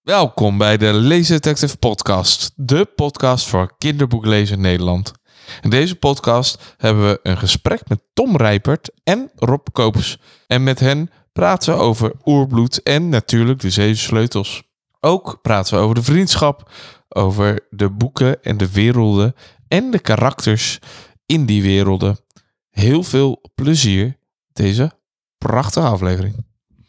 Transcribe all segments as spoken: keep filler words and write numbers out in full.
Welkom bij de Leesdetective podcast, de podcast voor kinderboeklezen in Nederland. In deze podcast hebben we een gesprek met Tom Rijpert en Rob Koops. En met hen praten we over Oerbloed en natuurlijk de Zeven Sleutels. Ook praten we over de vriendschap, over de boeken en de werelden en de karakters in die werelden. Heel veel plezier deze prachtige aflevering.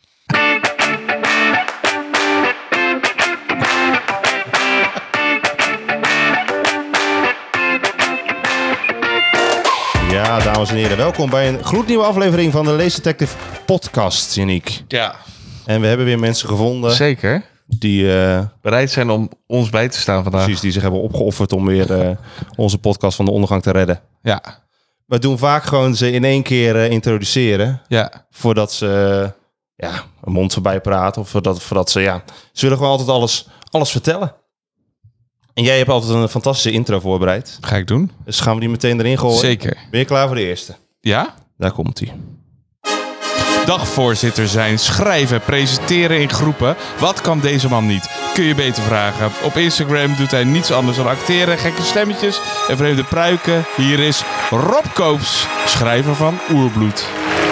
Ja, dames en heren, welkom bij een gloednieuwe aflevering van de Leesdetective podcast, Yannick. Ja. En we hebben weer mensen gevonden. Zeker. Die uh, bereid zijn om ons bij te staan vandaag. Precies, die zich hebben opgeofferd om weer uh, onze podcast van de ondergang te redden. Ja. We doen vaak gewoon ze in één keer uh, introduceren. Ja. Voordat ze uh, ja, een mond voorbij praten. Of voordat, voordat ze, ja, ze willen gewoon altijd alles, alles vertellen. En jij hebt altijd een fantastische intro voorbereid. Ga ik doen. Dus gaan we die meteen erin gooien? Zeker. Ben je klaar voor de eerste? Ja? Daar komt hij. Dagvoorzitter zijn, schrijven, presenteren in groepen. Wat kan deze man niet? Kun je beter vragen. Op Instagram doet hij niets anders dan acteren, gekke stemmetjes en vreemde pruiken. Hier is Rob Koops, schrijver van Oerbloed.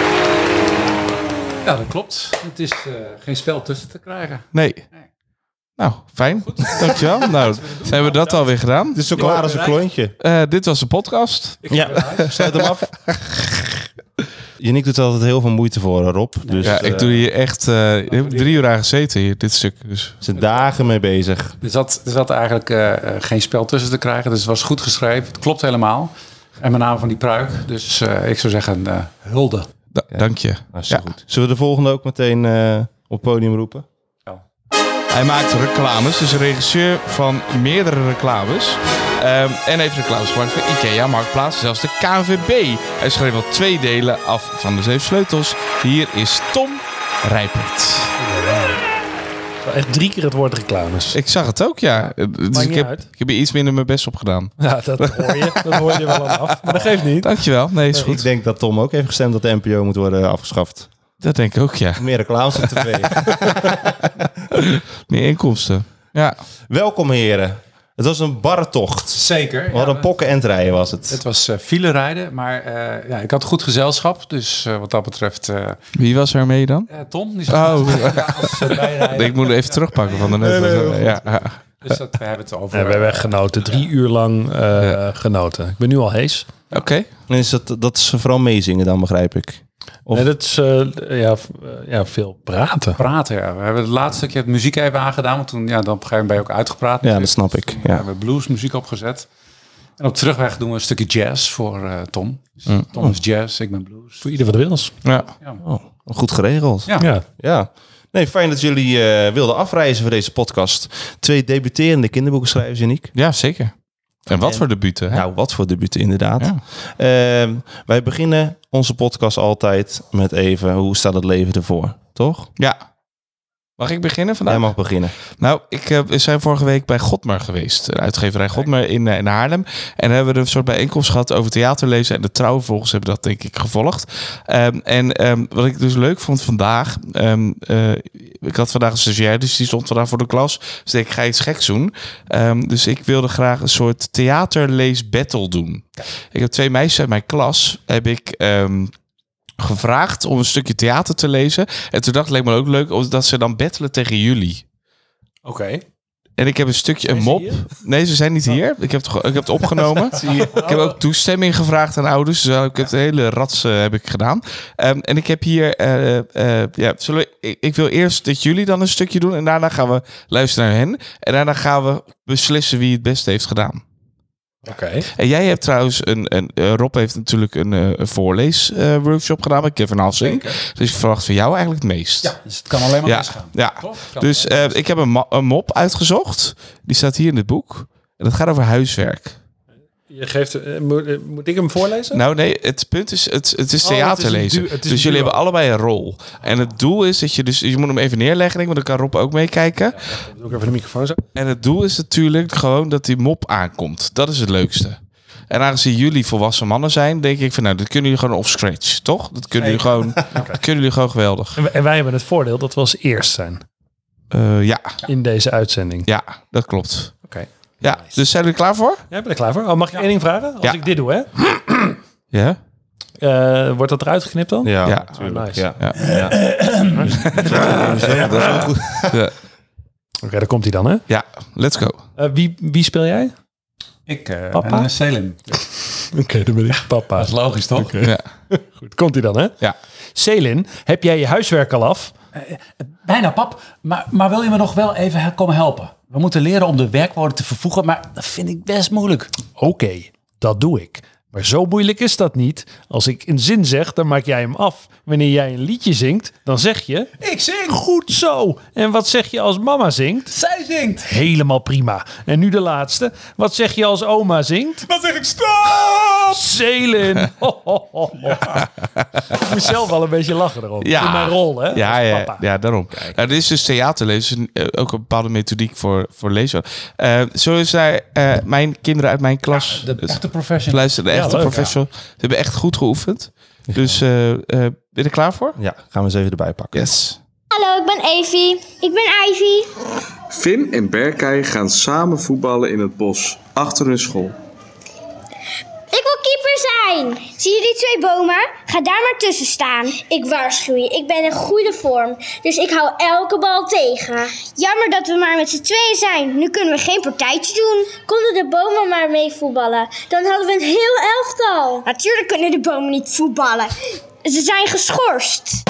Ja, dat klopt. Het is uh, geen spel tussen te krijgen. Nee. nee. Nou, fijn. Goed. Dankjewel. Nou, hebben we dat alweer gedaan. Het is zo klaar als een klontje. Uh, dit was de podcast. Ja, sluit hem af. Yannick doet altijd heel veel moeite voor, Rob. Dus, ja, ik uh, doe hier echt uh, ik heb drie uur aan gezeten hier, dit stuk. Dus. Er zijn dagen mee bezig. Er zat, er zat eigenlijk uh, geen spel tussen te krijgen, dus het was goed geschreven. Het klopt helemaal. En met name van die pruik. Dus uh, ik zou zeggen, uh, hulde. Da- ja. Dank je. Nou, ja. Goed. Zullen we de volgende ook meteen uh, op het podium roepen? Hij maakt reclames, dus regisseur van meerdere reclames. Um, en heeft reclames gemaakt voor IKEA, Marktplaats, zelfs de K N V B. Hij schreef al twee delen af van de Zeven Sleutels. Hier is Tom Rijpert. Ja, echt drie keer het woord reclames. Ik zag het ook, ja. Dus ik, heb, ik heb er iets minder mijn best op gedaan. Ja, dat hoor je. Dat hoor je wel aan af. Maar dat geeft niet. Dankjewel. Nee, is goed. Ik denk dat Tom ook heeft gestemd dat de N P O moet worden afgeschaft. Dat denk ik ook, ja. Meer reclames op tv. Meer inkomsten. Ja. Welkom, heren. Het was een barre tocht. Zeker. Wat ja, een pokken en rijden was het. Het was uh, file rijden, maar uh, ja, ik had goed gezelschap. Dus uh, wat dat betreft... Uh, Wie was er mee dan? Uh, Tom. Die oh. ja, als, uh, ik moet even terugpakken van de net. Nee, nee, nee, ja, ja. Dus dat, we hebben het over... Ja, we hebben genoten. Drie uur lang uh, ja. genoten. Ik ben nu al hees. Oké. Okay. En is dat, dat is vooral meezingen dan, begrijp ik? Of... Nee, dat is uh, ja, ja, veel praten. Praten, ja. We hebben het laatste stukje het muziek even aangedaan. Want toen, ja, dan op een gegeven moment ben je ook uitgepraat. Ja, dat snap ik. Dus ja. We hebben bluesmuziek opgezet. En op terugweg doen we een stukje jazz voor uh, Tom. Dus mm. Tom is jazz, ik ben blues. Voor ieder wat er wils. Ja. ja. Oh, goed geregeld. Ja. ja. ja. Nee, fijn dat jullie uh, wilden afreizen voor deze podcast. Twee debuterende kinderboekenschrijvers, Yannick. Ja, zeker. En wat en, voor debuten, hè? Nou, wat voor debuten, inderdaad. Ja. Uh, wij beginnen onze podcast altijd met even, hoe staat het leven ervoor, toch? Ja. Mag ik beginnen vandaag? Jij mag beginnen. Nou, ik, uh, we zijn vorige week bij Godmer geweest. De uitgeverij Godmer in, uh, in Haarlem. En hebben we een soort bijeenkomst gehad over theaterlezen. En de trouwvolgers hebben dat denk ik gevolgd. Um, en um, wat ik dus leuk vond vandaag... Um, uh, ik had vandaag een stagiair, dus die stond vandaag voor de klas. Dus ik ga iets geks doen. Um, dus ik wilde graag een soort theaterlees-battle doen. Ik heb twee meisjes uit mijn klas. Heb ik... Um, gevraagd om een stukje theater te lezen. En toen dacht ik, leek me ook leuk dat ze dan battelen tegen jullie. Oké. Okay. En ik heb een stukje, een mop. Nee, ze zijn niet hier. Ik heb het, ik heb het opgenomen. Ik heb ook toestemming gevraagd aan ouders. Dus ik heb de hele rats uh, heb ik gedaan. Um, en ik heb hier... Uh, uh, ja, zullen we, ik, ik wil eerst dat jullie dan een stukje doen. En daarna gaan we luisteren naar hen. En daarna gaan we beslissen wie het beste heeft gedaan. Oké. Okay. En jij hebt trouwens een, een uh, Rob heeft natuurlijk een, uh, een voorleesworkshop uh, gedaan met Kevin Halsing. Dus ik verwacht van jou eigenlijk het meest. Ja, dus het kan alleen maar ja, misgaan. Ja. Dus uh, ik heb een, ma- een mop uitgezocht. Die staat hier in het boek. En dat gaat over huiswerk. Je geeft, uh, moet, uh, moet ik hem voorlezen? Nou nee, het punt is, het, het is theaterlezen. Oh, du- dus jullie hebben allebei een rol. En het doel is dat je dus, je moet hem even neerleggen, denk ik, want dan kan Rob ook meekijken. Ja, dan doe ik even de microfoon zo. En het doel is natuurlijk gewoon dat die mop aankomt. Dat is het leukste. En aangezien jullie volwassen mannen zijn, denk ik van nou, dat kunnen jullie gewoon off scratch, toch? Dat kunnen jullie gewoon, okay. dat kunnen jullie gewoon geweldig. En wij hebben het voordeel dat we als eerst zijn. Uh, ja. In deze uitzending. Ja, dat klopt. Oké. Okay. Ja, nice. Dus zijn jullie klaar voor? Ja, ben ik klaar voor. Oh, mag ik ja. één ding vragen? Als ja. ik dit doe, hè? Ja. Uh, wordt dat eruit geknipt dan? Ja, ja. natuurlijk. Oh, nice. Ja. Ja. Ja. Ja. Dat is wel goed. Ja. Oké, okay, daar komt hij dan, hè? Ja, let's go. Uh, wie, wie speel jij? Ik uh, Papa? en uh, Selim. Oké, okay, dan ben ik papa. Dat is logisch, toch? Okay. Ja. Goed, komt hij dan, hè? Ja. Selin, heb jij je huiswerk al af? Uh, bijna, pap. Maar, maar wil je me nog wel even komen helpen? We moeten leren om de werkwoorden te vervoegen, maar dat vind ik best moeilijk. Oké, okay, dat doe ik. Maar zo moeilijk is dat niet. Als ik een zin zeg, dan maak jij hem af. Wanneer jij een liedje zingt, dan zeg je... Ik zing! Goed zo! En wat zeg je als mama zingt? Zij zingt! Helemaal prima. En nu de laatste. Wat zeg je als oma zingt? Dan zeg ik stop! Selin! Ho, ho, ho. Ja. Ik moest zelf wel een beetje lachen erom. Ja. In mijn rol, hè? Ja, als ja, papa. ja, daarom. Nou, dit is dus theaterlezen. Uh, ook een bepaalde methodiek voor, voor lezen. Uh, zo is hij, uh, mijn kinderen uit mijn klas... Ja, de echte professional. Luister, de echte ja, leuk, professional. Ja. Ze hebben echt goed geoefend. Dus uh, uh, ben je er klaar voor? Ja, gaan we eens even erbij pakken. Yes. Hallo, ik ben Evie. Ik ben Ivy. Finn en Berkay gaan samen voetballen in het bos, achter hun school. Ik wil keeper zijn. Zie je die twee bomen? Ga daar maar tussen staan. Ik waarschuw je, ik ben in goede vorm. Dus ik hou elke bal tegen. Jammer dat we maar met z'n tweeën zijn. Nu kunnen we geen partijtje doen. Konden de bomen maar mee voetballen. Dan hadden we een heel elftal. Natuurlijk kunnen de bomen niet voetballen. Ze zijn geschorst.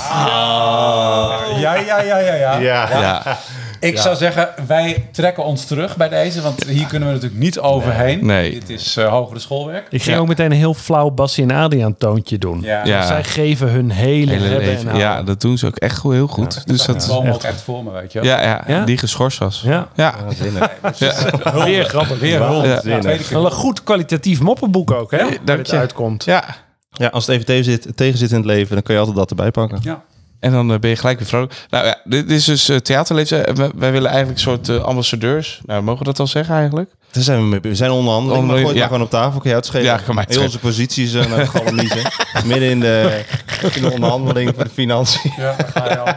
Ah. Ja, ja, ja, ja, ja. Ja. Ja. Ik ja. zou zeggen, wij trekken ons terug bij deze. Want hier kunnen we natuurlijk niet overheen. Nee. Dit is uh, hogere schoolwerk. Ik ging ja. ook meteen een heel flauw Bassie en Adriaan toontje doen. Ja. Ja. Zij geven hun hele, Hele hebben leven. en houden. Ja, dat doen ze ook echt goed, heel goed. Ja. Dus dat, de boom ook echt voor me, weet je wel. ja, ja, Ja? die geschorst was. Ja. Ja. Zinnig. Ja. Weer grappig. Weer Wauw. hul. Ja. Ja. Tweede keer. Wel een goed kwalitatief moppenboek ook, hè? Dank Waar het je. uitkomt. Ja. Ja, als het even tegen zit, tegen zit in het leven, dan kun je altijd dat erbij pakken. Ja. En dan uh, ben je gelijk weer vrolijk. Nou ja, dit is dus uh, theaterlezen. Wij, wij willen eigenlijk een soort uh, ambassadeurs. Nou, mogen we dat al zeggen eigenlijk? Daar zijn we mee. We zijn onderhandeling, maar Onder- gooi het ja. maar gewoon op tafel. Kun je uitschelen? Ja, kan mij het Heel onze posities uh, naar de galamiesen. Midden in de, in de onderhandeling voor de financiën. Ja, daar ga je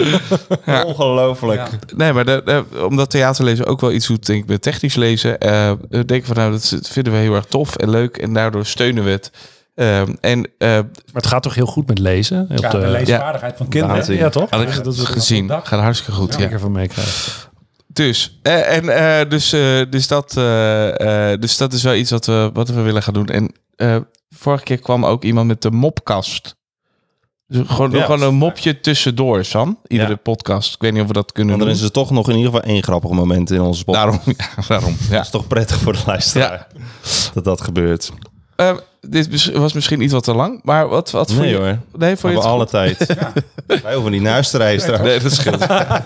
al. Ja. Ongelooflijk. Ja. Nee, maar de, de, omdat theaterlezen ook wel iets doet, denk ik, met technisch lezen. Uh, denk ik van, nou, dat, dat vinden we heel erg tof en leuk. En daardoor steunen we het. Uh, en uh, Maar het gaat toch heel goed met lezen? Op Ja, de leesvaardigheid van kinderen. Waanzin. Ja, toch? had ik Ja, dat dat is gezien. een Gaat hartstikke goed. Ja. Ja. Ik ervan meekrijgen. Dus, uh, en, uh, dus, uh, dus, dat, uh, uh, dus dat is wel iets wat we, wat we willen gaan doen. En uh, vorige keer kwam ook iemand met de mopkast. Dus gewoon, Ja. gewoon een mopje tussendoor, Sam. Iedere Ja. podcast. Ik weet niet of we dat kunnen Want dan doen. is er toch nog in ieder geval één grappig moment in onze podcast. Daarom, ja, daarom. Ja. Dat is toch prettig voor de luisteraar. Dat dat gebeurt. Uh, dit was misschien iets wat te lang, maar wat, wat voor Nee je... hoor. Nee, voor je Hebben het alle goed? tijd. Wij hoeven niet naar huis te reizen trouwens. Nee, dat scheelt.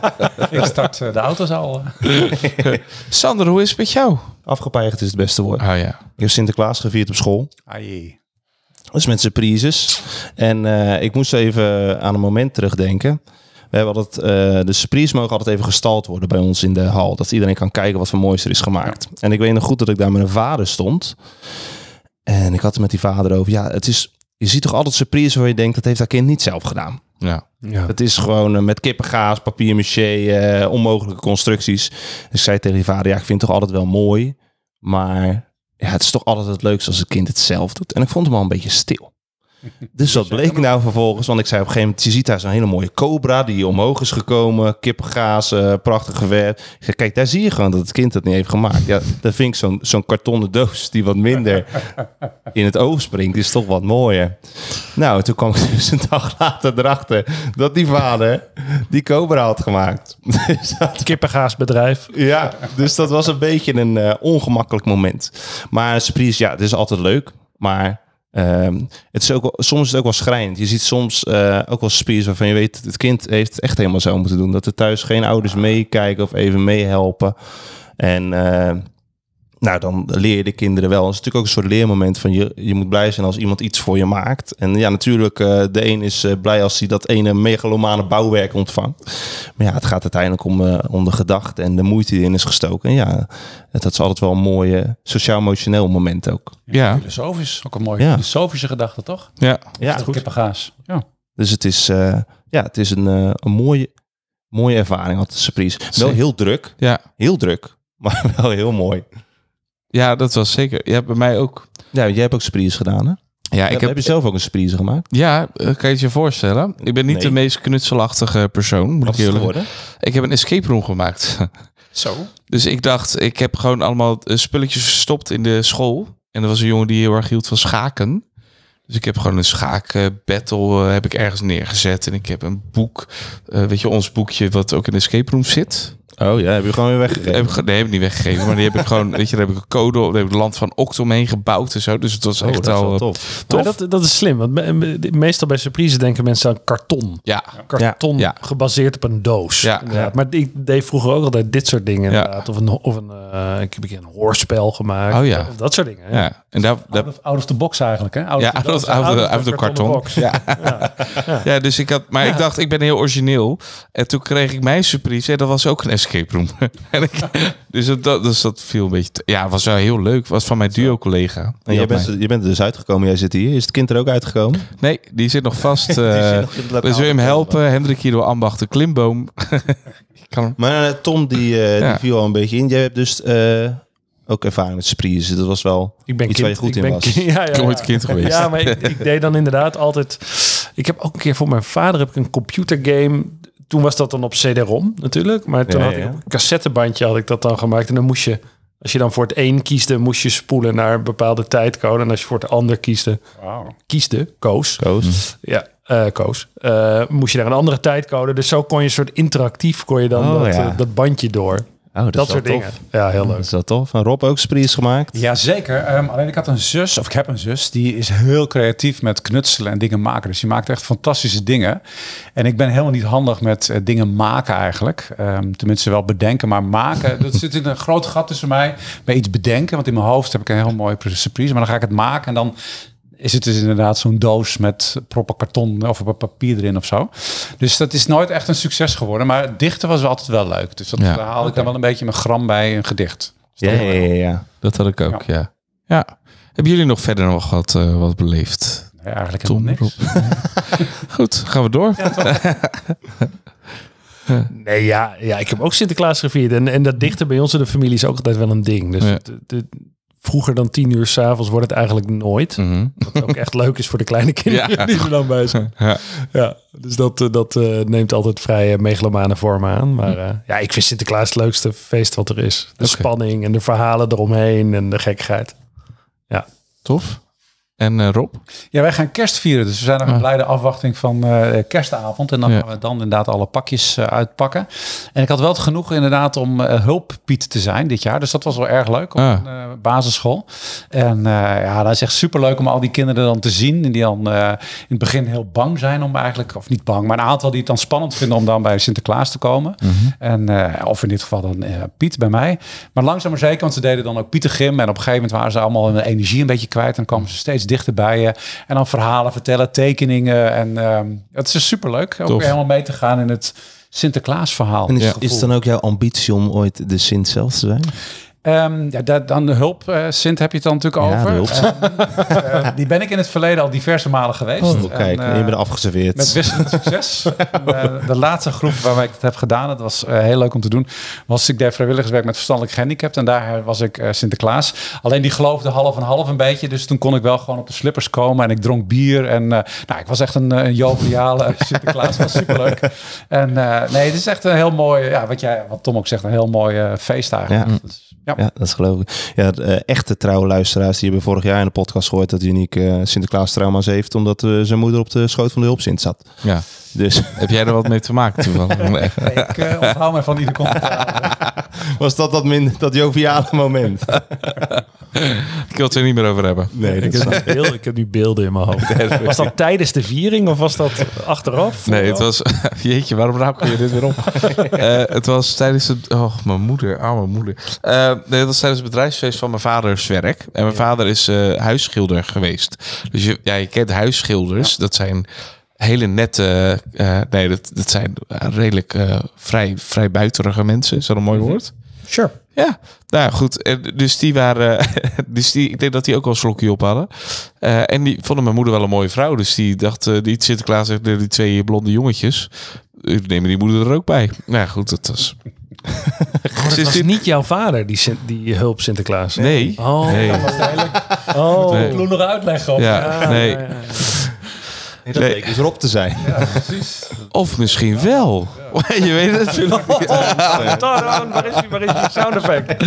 Ik start uh, de auto's al. Uh. Sander, hoe is het met jou? Afgepeigerd is het beste woord. Oh ja. Ik heb Sinterklaas gevierd op school. Ai. Dus met surprises. En uh, ik moest even aan een moment terugdenken. We hebben altijd, uh, de surprise mogen altijd even gestald worden bij ons in de hal. Dat iedereen kan kijken wat voor moois er is gemaakt. En ik weet nog goed dat ik daar met een vader stond. En ik had het met die vader over. Ja, het is, je ziet toch altijd surprise waar je denkt, dat heeft dat kind niet zelf gedaan. Ja. Ja. Het is gewoon uh, met kippengaas, papier-maché, uh, onmogelijke constructies. Dus ik zei tegen die vader, ja, ik vind het toch altijd wel mooi. Maar ja, het is toch altijd het leukste als het kind het zelf doet. En ik vond hem al een beetje stil. Dus wat bleek nou vervolgens? Want ik zei op een gegeven moment, je ziet daar zo'n hele mooie cobra die omhoog is gekomen. Kippengaas, uh, prachtig gewerkt. Ik zei, kijk, daar zie je gewoon dat het kind dat niet heeft gemaakt. Ja, dan vind ik zo'n zo'n kartonnen doos die wat minder in het oog springt. Is toch wat mooier. Nou, toen kwam ik dus een dag later erachter dat die vader die cobra had gemaakt. Dus dat, Kippengaasbedrijf. ja, dus dat was een beetje een uh, ongemakkelijk moment. Maar surprise, ja, het is altijd leuk. Maar Um, het is ook wel, soms is het ook wel schrijnend. Je ziet soms uh, ook wel surprise waarvan je weet, het kind heeft het echt helemaal zo moeten doen. Dat er thuis geen ouders meekijken of even meehelpen. En uh, nou, dan leer je de kinderen wel. Het is natuurlijk ook een soort leermoment van je, je moet blij zijn als iemand iets voor je maakt. En ja, natuurlijk, uh, de een is uh, blij als hij dat ene megalomane bouwwerk ontvangt. Maar ja, het gaat uiteindelijk om, uh, om de gedachte en de moeite die erin is gestoken. En ja, dat is altijd wel een mooi sociaal-emotioneel moment ook. Ja. Filosofisch. Ook een mooie Ja. filosofische gedachte, toch? Ja. Ja, Kippengaas. Ja. dus het is, uh, ja, het is een, uh, een mooie, mooie ervaring had, de surprise. Wel Zeker. heel druk. Ja. Heel druk. Maar wel heel mooi. Ja, dat was zeker. Ja, bij mij ook. Ja, jij hebt ook surprise gedaan, hè? Ja, Ik ik heb, heb... je zelf ook een surprise gemaakt? Ja, eh, kan je het je voorstellen? Ik ben niet Nee. de meest knutselachtige persoon, moet Wat ik is het eerlijk. geworden? Ik heb een escape room gemaakt. Zo. Dus ik dacht, ik heb gewoon allemaal eh, spulletjes verstopt in de school. En er was een jongen die heel erg hield van schaken. Dus ik heb gewoon een schaakbattle uh, heb ik ergens neergezet. En ik heb een boek, uh, weet je, ons boekje wat ook in de escape room zit. Oh ja, heb je gewoon weer weggegeven? Heb ik, ge- nee, heb ik niet weggegeven. Maar die heb ik gewoon, weet je, daar heb ik een code op. Daar heb ik het land van Octo omheen gebouwd en zo. Dus het was Oh, echt dat is al wel uh, tof. Maar tof. dat, dat is slim, want me- me- meestal bij surprise denken mensen aan karton. Ja, Karton Ja. gebaseerd op een doos. Ja. Inderdaad. Ja. Maar ik deed vroeger ook altijd dit soort dingen. Ja. Inderdaad. Of een, of een, eh, ik heb een keer een hoorspel gemaakt. Oh ja. Of dat soort dingen. ja. En daar, daar, Out of, out of the box eigenlijk, hè? Out ja, of the out of, out of, out of karton. box. Ja. Ja, dus ik had, maar ik dacht, ik ben heel origineel. En toen kreeg ik mijn surprise. En dat was ook een escape room. en ik, dus, dat, dat, dus dat viel een beetje... te- ja, het was wel heel leuk. Het was van mijn duo-collega. En Die jij had bent, mij- je bent er dus uitgekomen. Jij zit hier. Is het kind er ook uitgekomen? Nee, die zit nog vast. Die eh zit nog in het lokaal. dus wil je hem helpen? Hendrik hier door ambacht de klimboom. Ik kan hem... Maar uh, Tom, die, uh, Ja. die viel al een beetje in. Jij hebt dus uh, ook ervaring met surprise. Dat was wel Ik ben iets kind, waar je goed ik in ben was. kind- ja, ja, Ik ben ooit ja. kind geweest. Ja, maar ik, ik deed dan inderdaad altijd... Ik heb ook een keer voor mijn vader heb ik een computergame... Toen was dat dan op C D-ROM natuurlijk. Maar toen Ja, had ik ja. op een cassettebandje had ik dat dan gemaakt. En dan moest je... Als je dan voor het een kiesde, moest je spoelen naar een bepaalde tijdcode. En als je voor het ander kiesde, Wauw. kiesde, koos. Koos. Ja, eh koos. Eh, moest je naar een andere tijdcode. Dus zo kon je een soort interactief, kon je dan Oh, dat, ja. eh, dat bandje door. Oh, dat, Dat, is wel soort tof. dingen. Ja, heel Dat leuk. is wel tof. En Rob ook surprise gemaakt. Jazeker. Um, alleen ik had een zus, of ik heb een zus, die is heel creatief met knutselen en dingen maken. Dus die maakt echt fantastische dingen. En ik ben helemaal niet handig met uh, dingen maken eigenlijk. Um, tenminste wel bedenken, maar maken. Dat zit in een groot gat tussen mij bij iets bedenken. Want in mijn hoofd heb ik een heel mooie surprise. Maar dan ga ik het maken en dan is het dus inderdaad zo'n doos met proppen karton of een papier erin of zo. Dus dat is nooit echt een succes geworden. Maar dichten was altijd wel leuk. Dus dat, Ja. daar haalde ik dan wel een beetje mijn gram bij een gedicht. Ja, ja, ja, ja. Dat had ik ook, ja. Ja. Hebben jullie nog verder nog wat, uh, wat beleefd? Nee, eigenlijk Tom, helemaal niks. Rob. Goed, gaan we door. Nee, ja, ja, ik heb ook Sinterklaas gevierd. En, en dat dichten bij ons in de familie is ook altijd wel een ding. Dus Ja. het- het- vroeger dan tien uur 's avonds wordt het eigenlijk nooit. Mhm. Wat ook echt leuk is voor de kleine kinderen Ja. die er dan bij zijn. Ja. Ja, dus dat, eh, dat eh, neemt altijd vrij uh, megalomane vormen aan. Maar uh, ja, ik vind Sinterklaas het leukste feest wat er is. De Oké. spanning en de verhalen eromheen en de gekkigheid. Tof. En uh, Rob? Ja, wij gaan kerst vieren. Dus we zijn nog in Ah. blijde afwachting van uh, kerstavond. En dan Ja. gaan we dan inderdaad alle pakjes uh, uitpakken. En ik had wel het genoeg inderdaad om uh, hulppiet te zijn dit jaar. Dus dat was wel erg leuk op Ah. een uh, basisschool. En uh, ja, dat is echt superleuk om al die kinderen dan te zien. En die dan uh, in het begin heel bang zijn om eigenlijk... Of niet bang, maar een aantal die het dan spannend vinden om dan bij Sinterklaas te komen. Mm-hmm. En, uh, of in dit geval dan uh, Piet bij mij. Maar langzaam maar zeker, want ze deden dan ook Pietergrim. En op een gegeven moment waren ze allemaal hun energie een beetje kwijt. En dan kwamen ze steeds dichter bij je. En dan verhalen vertellen, tekeningen. En um, het is dus superleuk. Ook Tof. weer helemaal mee te gaan in het Sinterklaas verhaal. En is, Ja. is het dan ook jouw ambitie om ooit de Sint zelf te zijn? Um, ja, dat, dan de hulp, uh, Sint, heb je het dan natuurlijk Ja, over. de hulp. Um, uh, die ben ik in het verleden al diverse malen geweest. Oh, kijk, En, en uh, je bent afgeserveerd. Met wisselend succes. En, uh, de laatste groep waarmee ik het heb gedaan, dat was uh, heel leuk om te doen, was ik deed vrijwilligerswerk met verstandelijk gehandicapt. En daar was ik uh, Sinterklaas. Alleen die geloofde half en half een beetje. Dus toen kon ik wel gewoon op de slippers komen. En ik dronk bier. En uh, nou, ik was echt een, een joviale Sinterklaas. Was superleuk. En uh, nee, het is echt een heel mooi, ja, wat, jij, wat Tom ook zegt, een heel mooi uh, feest eigenlijk. Ja. Dus, ja. Ja, dat is geloof ik. Ja, de, uh, echte trouwe luisteraars die hebben vorig jaar in de podcast gehoord dat Uniek uh, Sinterklaas trauma's heeft, omdat uh, zijn moeder op de schoot van de hulpzint zat. Ja. Dus Heb jij er wat mee te maken toevallig? Nee. Nee, ik uh, onthoud me van ieder commentaar. was dat dat, min, dat joviale moment? Ik wil het er niet meer over hebben. Nee, Ik dat heb, is nu beelden, ik heb nu beelden in mijn hoofd. Was dat tijdens de viering of was dat achteraf? Nee, het was... Jeetje, waarom raak je dit weer op? uh, het was tijdens het... Oh, mijn moeder, arme moeder. Uh, nee, het was tijdens het bedrijfsfeest van mijn vaders werk. En mijn vader is uh, huisschilder geweest. Dus je, ja, je kent huisschilders. Dat zijn hele nette... Uh, nee, dat, dat zijn uh, redelijk uh, vrij, vrij buitenige mensen. Is dat een mooi woord? Sure. Ja, nou goed. En dus die waren, dus die, ik denk dat die ook wel een slokje op hadden. Uh, en die vonden mijn moeder wel een mooie vrouw. Dus die dacht, uh, die Sinterklaas heeft die twee blonde jongetjes. ik neem die moeder er ook bij. Nou ja, goed, dat was... Oh, dat was niet jouw vader, die, Sint- die hulp Sinterklaas. Nee. Oh. Nee. Oh. Nee. nog uitleggen. Ja, nee. ja, ja. Nee, dat bleek dus Rob te zijn. Of misschien wel. Je weet het natuurlijk niet. Tadan, waar is die, waar is die sound effect?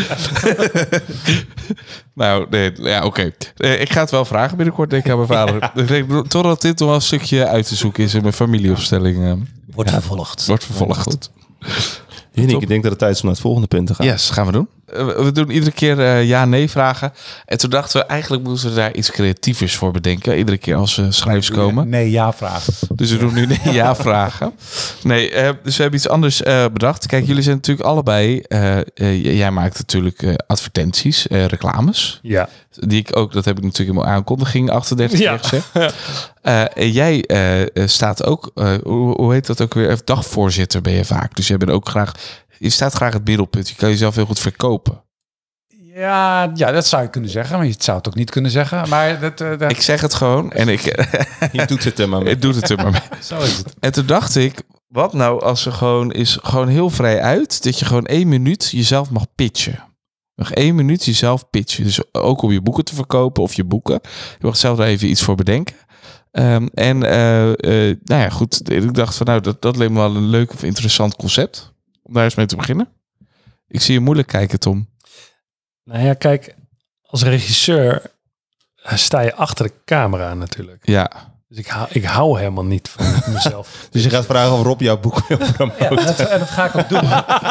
Nou, nee, ja, oké. Okay. Ik ga het wel vragen binnenkort, denk ik, aan mijn vader. Ik denk, totdat dit nog wel een stukje uit te zoeken is in mijn familieopstelling. Uh, Wordt vervolgd. wordt vervolgd. Goed. Hinik, ik denk dat het tijd is om naar het volgende punt te gaan. Yes, gaan we doen. Uh, we doen iedere keer uh, ja-nee vragen. En toen dachten we, eigenlijk moeten we daar iets creatievers voor bedenken. Iedere keer als uh, schrijvers komen. Nee, ja vragen. Dus we doen nu nee ja vragen. Nee, uh, dus we hebben iets anders uh, bedacht. Kijk, jullie zijn natuurlijk allebei... Uh, uh, jij maakt natuurlijk uh, advertenties, uh, reclames. Ja. Die ik ook, dat heb ik natuurlijk in mijn aankondiging achtendertig Ja. keer gezegd. Uh, en jij uh, staat ook, uh, hoe, hoe heet dat ook weer? Dagvoorzitter ben je vaak. Dus jij bent ook graag, je staat graag het middelpunt. Je kan jezelf heel goed verkopen. Ja, ja, dat zou je kunnen zeggen. Maar je zou het ook niet kunnen zeggen. Maar dat, uh, dat... Ik zeg het gewoon en ik, Je doet het er maar mee. ik doe het er maar mee. Zo is het. En toen dacht ik, wat nou als ze gewoon is gewoon heel vrij uit, dat je gewoon één minuut jezelf mag pitchen. Nog één minuut jezelf pitchen. Dus ook om je boeken te verkopen of je boeken. Je mag zelf daar even iets voor bedenken. Um, en uh, uh, nou ja, goed. Ik dacht van nou, dat, dat leek me wel een leuk of interessant concept. Om daar eens mee te beginnen. Ik zie je moeilijk kijken, Tom. Nou ja, kijk, als regisseur sta je achter de camera natuurlijk. Ja. Dus ik hou, ik hou helemaal niet van mezelf. Dus je gaat vragen of Rob jouw boek wil promoten. Ja, dat, en dat ga ik ook doen.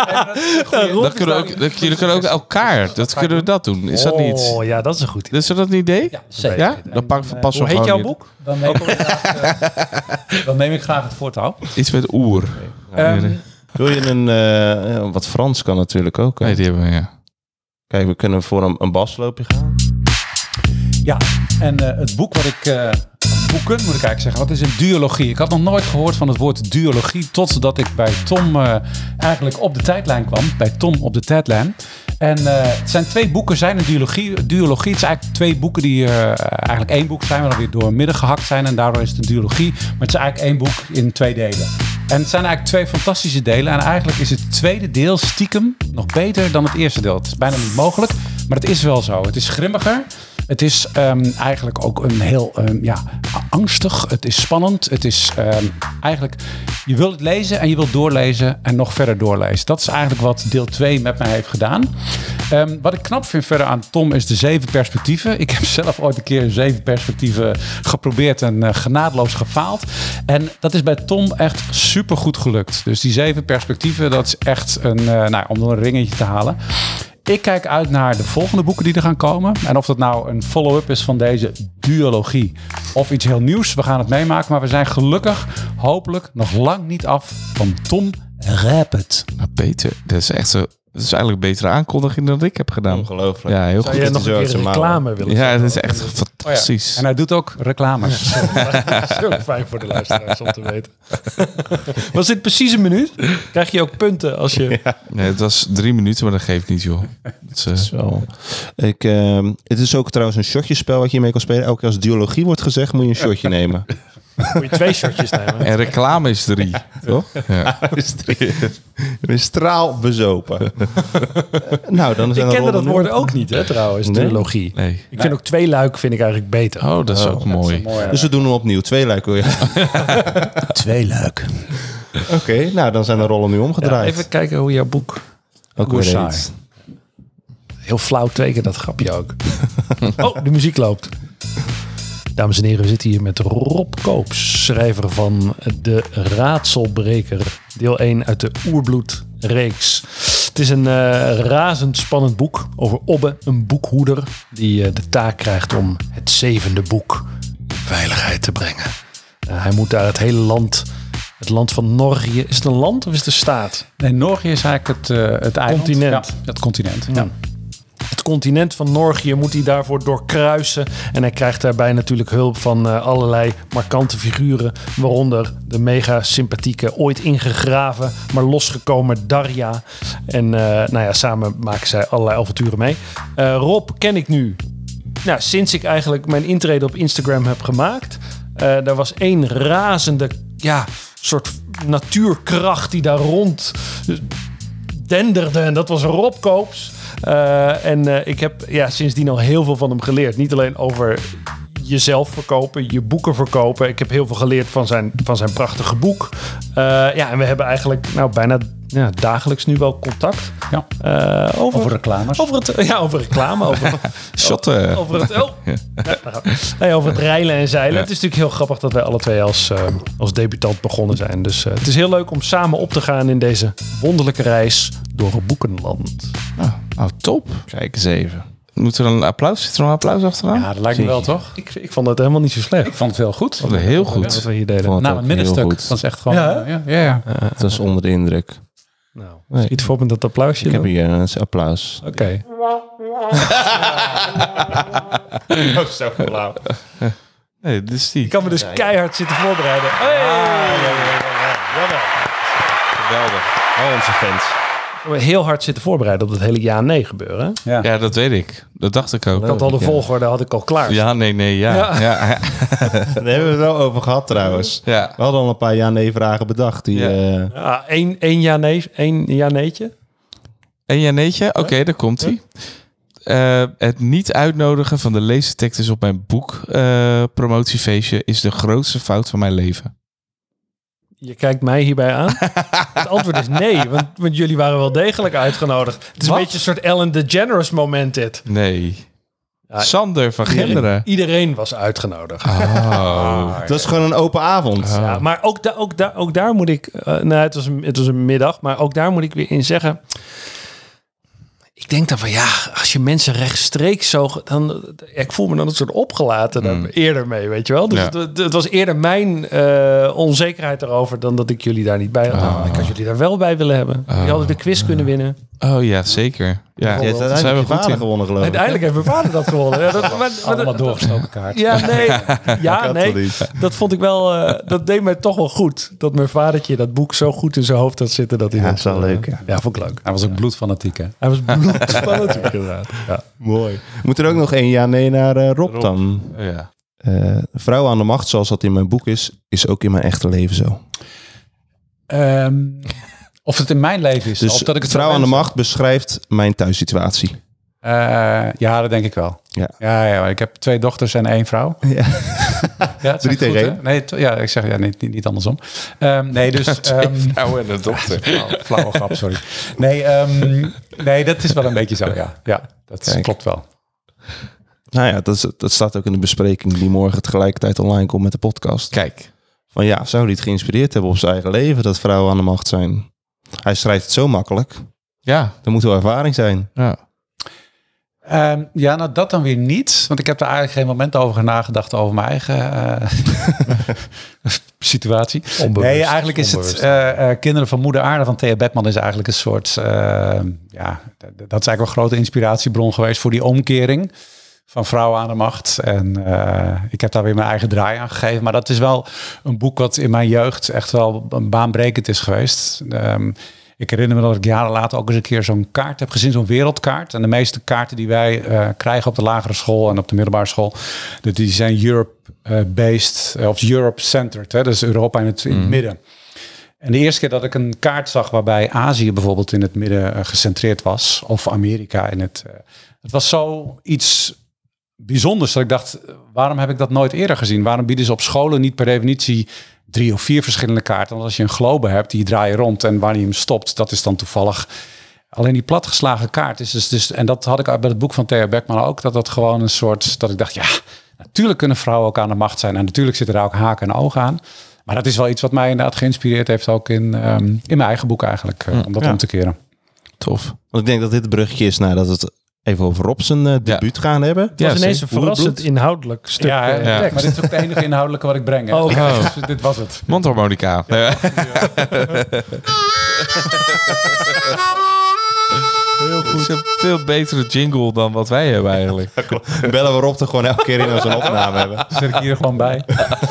Dat kunnen we ook, dat, jullie kunnen ook elkaar. Dat kunnen we dat doen. Is dat niet? Oh ja, dat is een goed idee. Is dat een idee? Ja, zeker. Ja? Dan pak, En, uh, passen Hoe we heet gewoon jouw hier. boek? Dan neem, ik graag, uh, dan neem ik graag het voortouw. Iets met oer. Um, Wil je een... Uh, wat Frans kan natuurlijk ook. Hè? Nee, die hebben we, ja. Kijk, we kunnen voor een, een basloopje gaan. Ja, en uh, het boek wat ik... Uh, boeken, moet ik eigenlijk zeggen. Wat is een duologie? Ik had nog nooit gehoord van het woord duologie, totdat ik bij Tom uh, eigenlijk op de tijdlijn kwam. Bij Tom op de tijdlijn. En uh, het zijn twee boeken, zijn een duologie. duologie. Het zijn eigenlijk twee boeken die uh, eigenlijk één boek zijn, maar dan weer door midden gehakt zijn. En daardoor is het een duologie. Maar het is eigenlijk één boek in twee delen. En het zijn eigenlijk twee fantastische delen. En eigenlijk is het tweede deel stiekem nog beter dan het eerste deel. Het is bijna niet mogelijk, maar het is wel zo. Het is grimmiger. Het is um, eigenlijk ook een heel um, ja, angstig. Het is spannend. Het is um, eigenlijk... Je wilt het lezen en je wilt doorlezen en nog verder doorlezen. Dat is eigenlijk wat deel twee met mij heeft gedaan. Um, wat ik knap vind verder aan Tom is de zeven perspectieven. Ik heb zelf ooit een keer zeven perspectieven geprobeerd en uh, genadeloos gefaald. En dat is bij Tom echt super goed gelukt. Dus die zeven perspectieven, dat is echt een... Uh, nou, om er een ringetje te halen. Ik kijk uit naar de volgende boeken die er gaan komen. En of dat nou een follow-up is van deze duologie of iets heel nieuws. We gaan het meemaken. Maar we zijn gelukkig, hopelijk, nog lang niet af van Tom Rappert. Nou, Peter, dat is echt zo... Dat is eigenlijk een betere aankondiging dan ik heb gedaan. Ongelooflijk. Ja, heel Zou goed. jij nog een keer reclame willen Ja, zeggen? dat is echt fantastisch. Oh ja. En hij doet ook reclames. Dat is ook fijn voor de luisteraars om te weten. Was dit precies een minuut? Krijg je ook punten als je... Ja. Nee, het was drie minuten, maar dat geeft niet, joh. Dat is, uh... Zo. Ik, uh, het is ook trouwens een shotjespel wat je mee kan spelen. Elke keer als duologie wordt gezegd, moet je een shotje nemen. Moet je twee shotjes nemen. En reclame is drie, toch? Ja. Een straal bezopen. Nou, dan zijn Ik er kende dat rollen woord nu. ook niet, hè, trouwens. Nee. Duologie. Nee. Ik vind ook twee luik vind ik eigenlijk beter. Oh, dat is ook mooi. Mooi, Dus we doen hem opnieuw. Twee luik wil je. twee luik. Oké, okay, nou dan zijn de rollen nu Ja, omgedraaid. even kijken hoe jouw boek... ook Hoe weer saai. heet. Heel flauw twee keer dat grapje ook. Oh, de muziek loopt. Dames en heren, we zitten hier met Rob Koops, schrijver van De Raadselbreker. Deel één uit de Oerbloedreeks. Het is een uh, razend spannend boek over Obbe, een boekhoeder, die uh, de taak krijgt om het zevende boek in veiligheid te brengen. Uh, hij moet daar het hele land, het land van Norgië. Is het een land of is het een staat? Nee, Norgië is eigenlijk het, uh, het eiland. Continent. Ja, het continent. Ja. Het continent van Norgië moet hij daarvoor doorkruisen. En hij krijgt daarbij natuurlijk hulp van uh, allerlei markante figuren. Waaronder de mega sympathieke, ooit ingegraven, maar losgekomen Darja. En uh, nou ja, samen maken zij allerlei avonturen mee. Uh, Rob ken ik nu. Nou, sinds ik eigenlijk mijn intrede op Instagram heb gemaakt. Uh, er was één razende, ja, soort natuurkracht die daar rond denderde. En dat was Rob Koops. Uh, en uh, ik heb ja, sindsdien al heel veel van hem geleerd. Niet alleen over jezelf verkopen, je boeken verkopen. Ik heb heel veel geleerd van zijn, van zijn prachtige boek. Uh, ja, en we hebben eigenlijk nou, bijna ja, dagelijks nu wel contact. Ja. Uh, over, over reclames. Over het, ja, over reclame. Over, Shotten. Over het, oh, ja, nee, over het reilen en zeilen. Ja. Het is natuurlijk heel grappig dat wij alle twee als, uh, als debutant begonnen zijn. Dus uh, het is heel leuk om samen op te gaan in deze wonderlijke reis door boekenland. Nou, nou top. Kijk eens even. Moet er dan een applaus? Zit er nog een applaus achteraan? Ja, dat lijkt me wel, toch? Ik, ik vond het helemaal niet zo slecht. Ik vond het heel goed. Dat was heel goed. Wat we hier deden. Nou, het middenstuk. Dat is echt gewoon... Ja, uh, ja, ja, ja. Uh, het was onder de indruk. Nou, nee. Schiet voor met dat applausje. Ik heb hier een applaus. Oké. Okay. Oh, zo flauw. Nee, dit is die. Ik kan me dus keihard zitten voorbereiden. Hey! Ah, ja, ja, ja, ja. Jawel. Geweldig. Al onze fans. We heel hard zitten voorbereiden op dat hele ja-nee gebeuren. Ja. ja, dat weet ik. Dat dacht ik ook. Ik had al de volgorde, had ik al klaar. Ja, nee, nee, ja. ja. ja, ja. Daar hebben we het wel over gehad trouwens. Ja. We hadden al een paar ja-nee vragen bedacht. Die, ja. Uh... ja, één, één ja-nee, één ja-neetje. Eén ja-neetje? Oké, okay, daar komt hij. Uh, het niet uitnodigen van de leesteksten op mijn boek uh, promotiefeestje is de grootste fout van mijn leven. Je kijkt mij hierbij aan. Het antwoord is nee, want, want jullie waren wel degelijk uitgenodigd. Het is Wat? een beetje een soort Ellen DeGeneres moment dit. Nee. Ja, Sander van Genderen. Iedereen was uitgenodigd. Oh. Het was gewoon een open avond. Oh. Ja, maar ook, da, ook, da, ook daar moet ik... Uh, nou, het was, een, het was een middag, maar ook daar moet ik weer in zeggen... Ik denk dan van ja, als je mensen rechtstreeks zo... Dan, ik voel me dan een soort opgelaten mm. daar eerder mee, weet je wel. Dus ja. het, het was eerder mijn uh, onzekerheid erover... dan dat ik jullie daar niet bij had. Oh. Ik had jullie daar wel bij willen hebben. Oh. Je hadden de quiz kunnen winnen. Oh ja, zeker. Ja, ja dat zijn we vader gewonnen, geloof ik. Uiteindelijk heeft mijn vader dat gewonnen. Ja, dat, maar, maar, allemaal doorgestoken kaart. Ja, nee. Ja, nee. Dat vond ik wel... Uh, dat deed mij toch wel goed. Dat mijn vadertje dat boek zo goed in zijn hoofd had zitten. Dat hij ja, dat is wel leuk. Ja. ja, vond ik leuk. Hij was ook bloedfanatiek, hè? Hij was bloedfanatiek, inderdaad. Ja. Mooi. Moet er ook nog één ja-nee naar uh, Rob, Rob dan? Oh, ja. Uh, Vrouw aan de macht, zoals dat in mijn boek is... is ook in mijn echte leven zo. Um, of het in mijn leven is. Dus of dat ik het Vrouw aan de macht beschrijft mijn thuissituatie. Uh, ja, dat denk ik wel. Ja. Ja, ja, ik heb twee dochters en één vrouw. Ja. Ja, Drie tegen één? Nee, t- ja, ik zeg ja, niet, niet, niet andersom. Um, nee, dus... Um, vrouw en een dochter. Flauw, flauwe grap, sorry. Nee, um, nee, dat is wel een beetje zo, ja. Ja, dat Kijk. klopt wel. Nou ja, dat, is, dat staat ook in de bespreking die morgen tegelijkertijd online komt met de podcast. Kijk. Van ja, zou hij het geïnspireerd hebben op zijn eigen leven, dat vrouwen aan de macht zijn? Hij schrijft het zo makkelijk. Ja. Er moet wel ervaring zijn. Ja. Um, ja, nou dat dan weer niet. Want ik heb daar eigenlijk geen moment over nagedacht over mijn eigen uh, situatie. Onbewust, nee, eigenlijk is onbewust. het uh, uh, Kinderen van Moeder Aarde van Thea Beckman is eigenlijk een soort... Uh, ja, dat is eigenlijk een grote inspiratiebron geweest voor die omkering van vrouwen aan de macht. En uh, ik heb daar weer mijn eigen draai aan gegeven. Maar dat is wel een boek wat in mijn jeugd echt wel baanbrekend is geweest. Um, Ik herinner me dat ik jaren later ook eens een keer zo'n kaart heb gezien, zo'n wereldkaart. En de meeste kaarten die wij uh, krijgen op de lagere school en op de middelbare school, die zijn Europe-based uh, of Europe-centered. Hè? Dus Europa in het, in het mm. midden. En de eerste keer dat ik een kaart zag waarbij Azië bijvoorbeeld in het midden uh, gecentreerd was, of Amerika in het... Uh, het was zoiets bijzonders dat ik dacht, waarom heb ik dat nooit eerder gezien? Waarom bieden ze op scholen niet per definitie drie of vier verschillende kaarten? Want als je een globe hebt, die draai je rond en waar je hem stopt, dat is dan toevallig. Alleen die platgeslagen kaart is dus, dus en dat had ik bij het boek van Thea Beckman ook, dat dat gewoon een soort, dat ik dacht, ja, natuurlijk kunnen vrouwen ook aan de macht zijn en natuurlijk zitten daar ook haken en ogen aan. Maar dat is wel iets wat mij inderdaad geïnspireerd heeft, ook in, um, in mijn eigen boek eigenlijk, uh, om dat ja. om te keren. Tof. Want ik denk dat dit het bruggetje is nadat het even over Rob zijn uh, debuut ja. gaan hebben. Het was ja, ineens een verrassend inhoudelijk stuk. Ja, ja, ja. Maar dit is ook het enige inhoudelijke wat ik breng. Hè. Oh, oh. Dus dit was het. Mondharmonica. Ja. Heel goed. Het is een veel betere jingle dan wat wij hebben eigenlijk. Bellen we Rob er gewoon elke keer in als een opname hebben. Zet ik hier gewoon bij.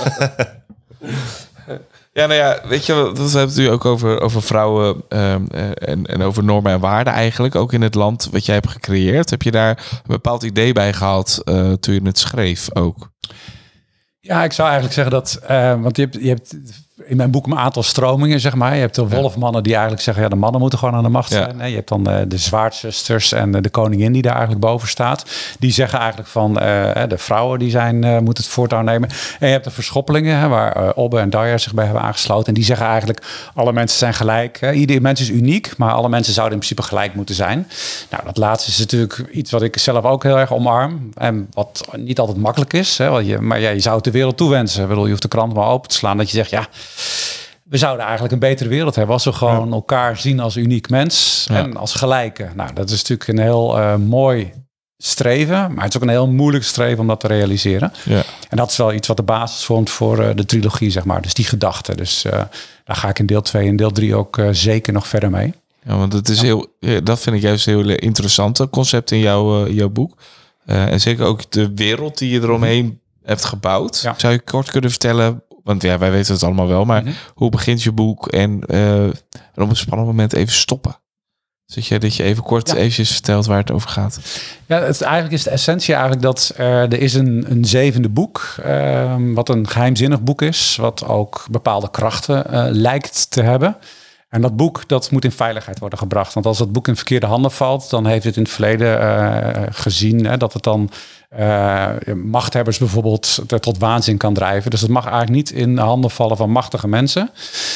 Ja, nou ja, weet je, dat hebben het nu ook over, over vrouwen um, en, en over normen en waarden eigenlijk. Ook in het land wat jij hebt gecreëerd. Heb je daar een bepaald idee bij gehad uh, toen je het schreef ook? Ja, ik zou eigenlijk zeggen dat... Uh, want je hebt, je hebt in mijn boek een aantal stromingen, zeg maar. Je hebt de wolfmannen die eigenlijk zeggen, ja, de mannen moeten gewoon aan de macht zijn. Ja. Je hebt dan uh, de zwaardzusters en uh, de koningin die daar eigenlijk boven staat. Die zeggen eigenlijk van, uh, de vrouwen die zijn, uh, moeten het voortouw nemen. En je hebt de verschoppelingen, hè, waar uh, Obbe en Dyer zich bij hebben aangesloten. En die zeggen eigenlijk, alle mensen zijn gelijk. Hè. Ieder mens is uniek, maar alle mensen zouden in principe gelijk moeten zijn. Nou, dat laatste is natuurlijk iets wat ik zelf ook heel erg omarm. En wat niet altijd makkelijk is. Hè. Je, maar ja, je zou het de wereld toewensen. Ik bedoel, je hoeft de krant maar open te slaan. Dat je zegt, ja, we zouden eigenlijk een betere wereld hebben als we gewoon ja. elkaar zien als uniek mens ja. en als gelijke. Nou, dat is natuurlijk een heel uh, mooi streven, maar het is ook een heel moeilijk streven om dat te realiseren. Ja. En dat is wel iets wat de basis vormt voor uh, de trilogie, zeg maar. Dus die gedachte. Dus uh, daar ga ik in deel twee en deel drie ook uh, zeker nog verder mee. Ja, want het is ja. heel, ja, dat vind ik juist een heel interessante concept in jouw, uh, jouw boek. Uh, en zeker ook de wereld die je eromheen mm-hmm. hebt gebouwd. Ja. Zou je kort kunnen vertellen, want ja, wij weten het allemaal wel, maar mm-hmm. hoe begint je boek en, uh, en op een spannend moment even stoppen? Dat je, dat je even kort ja. eventjes vertelt waar het over gaat. Ja, het, eigenlijk is de essentie eigenlijk dat uh, er is een, een zevende boek, uh, wat een geheimzinnig boek is, wat ook bepaalde krachten uh, lijkt te hebben. En dat boek, dat moet in veiligheid worden gebracht. Want als dat boek in verkeerde handen valt, dan heeft het in het verleden uh, gezien hè, dat het dan uh, machthebbers bijvoorbeeld tot waanzin kan drijven. Dus het mag eigenlijk niet in handen vallen van machtige mensen.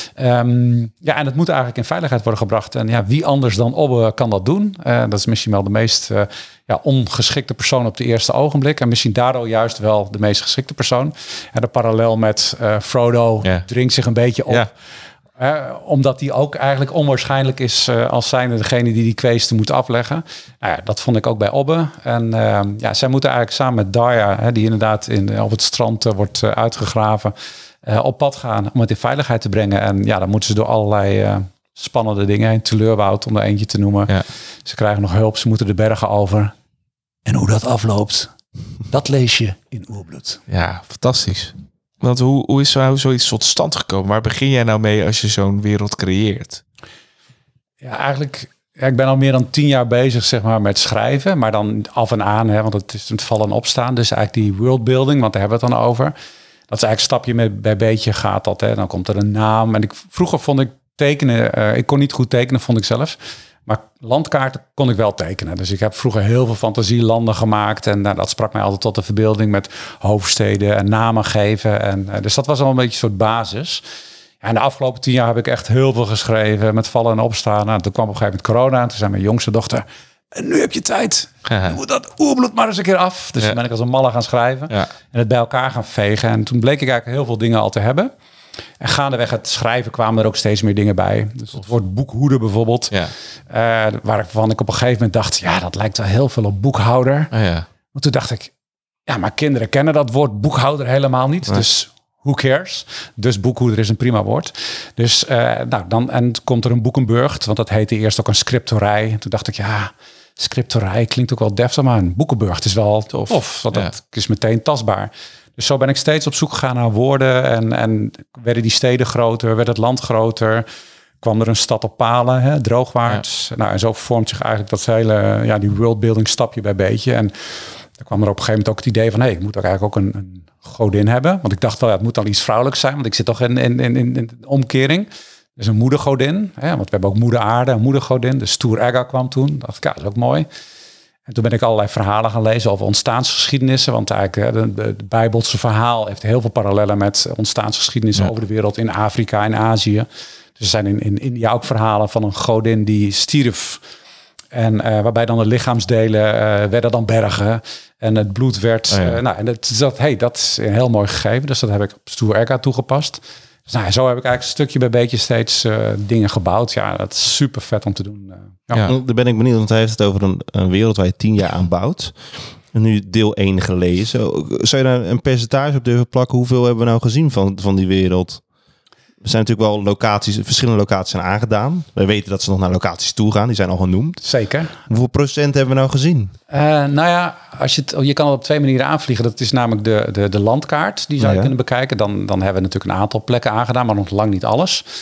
Um, ja, en het moet eigenlijk in veiligheid worden gebracht. En ja, wie anders dan Obbe kan dat doen? Uh, dat is misschien wel de meest uh, ja, ongeschikte persoon op de eerste ogenblik. En misschien daardoor juist wel de meest geschikte persoon. En de parallel met uh, Frodo yeah. dringt zich een beetje op. Yeah. Uh, omdat die ook eigenlijk onwaarschijnlijk is uh, als zijnde degene die die kwestie moet afleggen. Nou ja, dat vond ik ook bij Obbe. En uh, ja, zij moeten eigenlijk samen met Daya, hè, die inderdaad in, op het strand uh, wordt uh, uitgegraven, uh, op pad gaan om het in veiligheid te brengen. En ja, dan moeten ze door allerlei uh, spannende dingen heen. Teleurwoud, om er eentje te noemen. Ja. Ze krijgen nog hulp, ze moeten de bergen over. En hoe dat afloopt, dat lees je in Oerbloed. Ja, fantastisch. Want hoe, hoe is zo, zoiets tot stand gekomen? Waar begin jij nou mee als je zo'n wereld creëert? Ja, eigenlijk, ja, ik ben al meer dan tien jaar bezig, zeg maar, met schrijven. Maar dan af en aan, hè, want het is het vallen en opstaan. Dus eigenlijk die worldbuilding, want daar hebben we het dan over. Dat is eigenlijk stapje met, bij beetje gaat dat. Hè. Dan komt er een naam. En ik, vroeger vond ik tekenen, uh, ik kon niet goed tekenen, vond ik zelf. Maar landkaarten kon ik wel tekenen. Dus ik heb vroeger heel veel fantasielanden gemaakt. En nou, dat sprak mij altijd tot de verbeelding met hoofdsteden en namen geven. En, uh, dus dat was al een beetje een soort basis. Ja, en de afgelopen tien jaar heb ik echt heel veel geschreven met vallen en opstaan. Nou, toen kwam op een gegeven moment corona. En toen zei mijn jongste dochter, en nu heb je tijd. Ja. Doe dat Oerbloed maar eens een keer af. Dus ja. toen ben ik als een malle gaan schrijven. Ja. En het bij elkaar gaan vegen. En toen bleek ik eigenlijk heel veel dingen al te hebben. En gaandeweg het schrijven kwamen er ook steeds meer dingen bij. Dus het woord boekhoeder bijvoorbeeld. Ja. Uh, waarvan ik op een gegeven moment dacht, ja, dat lijkt wel heel veel op boekhouder. Oh ja. Want toen dacht ik, ja, maar kinderen kennen dat woord boekhouder helemaal niet. Nee. Dus who cares? Dus boekhoeder is een prima woord. Dus uh, nou, dan en komt er een Boekenburgt, want dat heette eerst ook een scriptorij. En toen dacht ik, ja, scriptorij klinkt ook wel deftig, maar een Boekenburgt is wel tof. tof want ja. dat is meteen tastbaar. Dus zo ben ik steeds op zoek gegaan naar woorden. En, en werden die steden groter, werd het land groter. Kwam er een stad op palen, hè, droogwaarts. Ja. Nou, en zo vormt zich eigenlijk dat hele, ja, die worldbuilding stapje bij beetje. En dan kwam er op een gegeven moment ook het idee van, hé, hey, ik moet ook eigenlijk ook een, een godin hebben. Want ik dacht wel, ja, het moet dan iets vrouwelijks zijn. Want ik zit toch in, in, in, in de omkering. Dus een moedergodin. Hè, want we hebben ook moeder aarde, een moedergodin. Dus Stoer Egga kwam toen. Dat dacht ik, ja, dat is ook mooi. En toen ben ik allerlei verhalen gaan lezen over ontstaansgeschiedenissen. Want eigenlijk het Bijbelse verhaal heeft heel veel parallellen met ontstaansgeschiedenissen ja. over de wereld in Afrika en Azië. Dus er zijn in, in India ook verhalen van een godin die stierf. En uh, waarbij dan de lichaamsdelen uh, werden dan bergen. En het bloed werd... Oh ja. uh, nou, en dat, dat, hey, dat is een heel mooi gegeven. Dus dat heb ik op Stoer Egga toegepast. Dus nou, zo heb ik eigenlijk stukje bij beetje steeds uh, dingen gebouwd. Ja, dat is super vet om te doen. Uh, ja. Ja. Daar ben ik benieuwd, want hij heeft het over een, een wereld waar je tien jaar aan bouwt. En nu deel één gelezen. Zou je daar een percentage op durven plakken? Hoeveel hebben we nou gezien van, van die wereld? Er zijn natuurlijk wel locaties, verschillende locaties zijn aangedaan. We weten dat ze nog naar locaties toe gaan. Die zijn al genoemd. Zeker. Hoeveel procent hebben we nou gezien? Uh, nou ja, als je, het, je kan het op twee manieren aanvliegen. Dat is namelijk de, de, de landkaart. Die zou je ja. kunnen bekijken. Dan, dan hebben we natuurlijk een aantal plekken aangedaan, maar nog lang niet alles.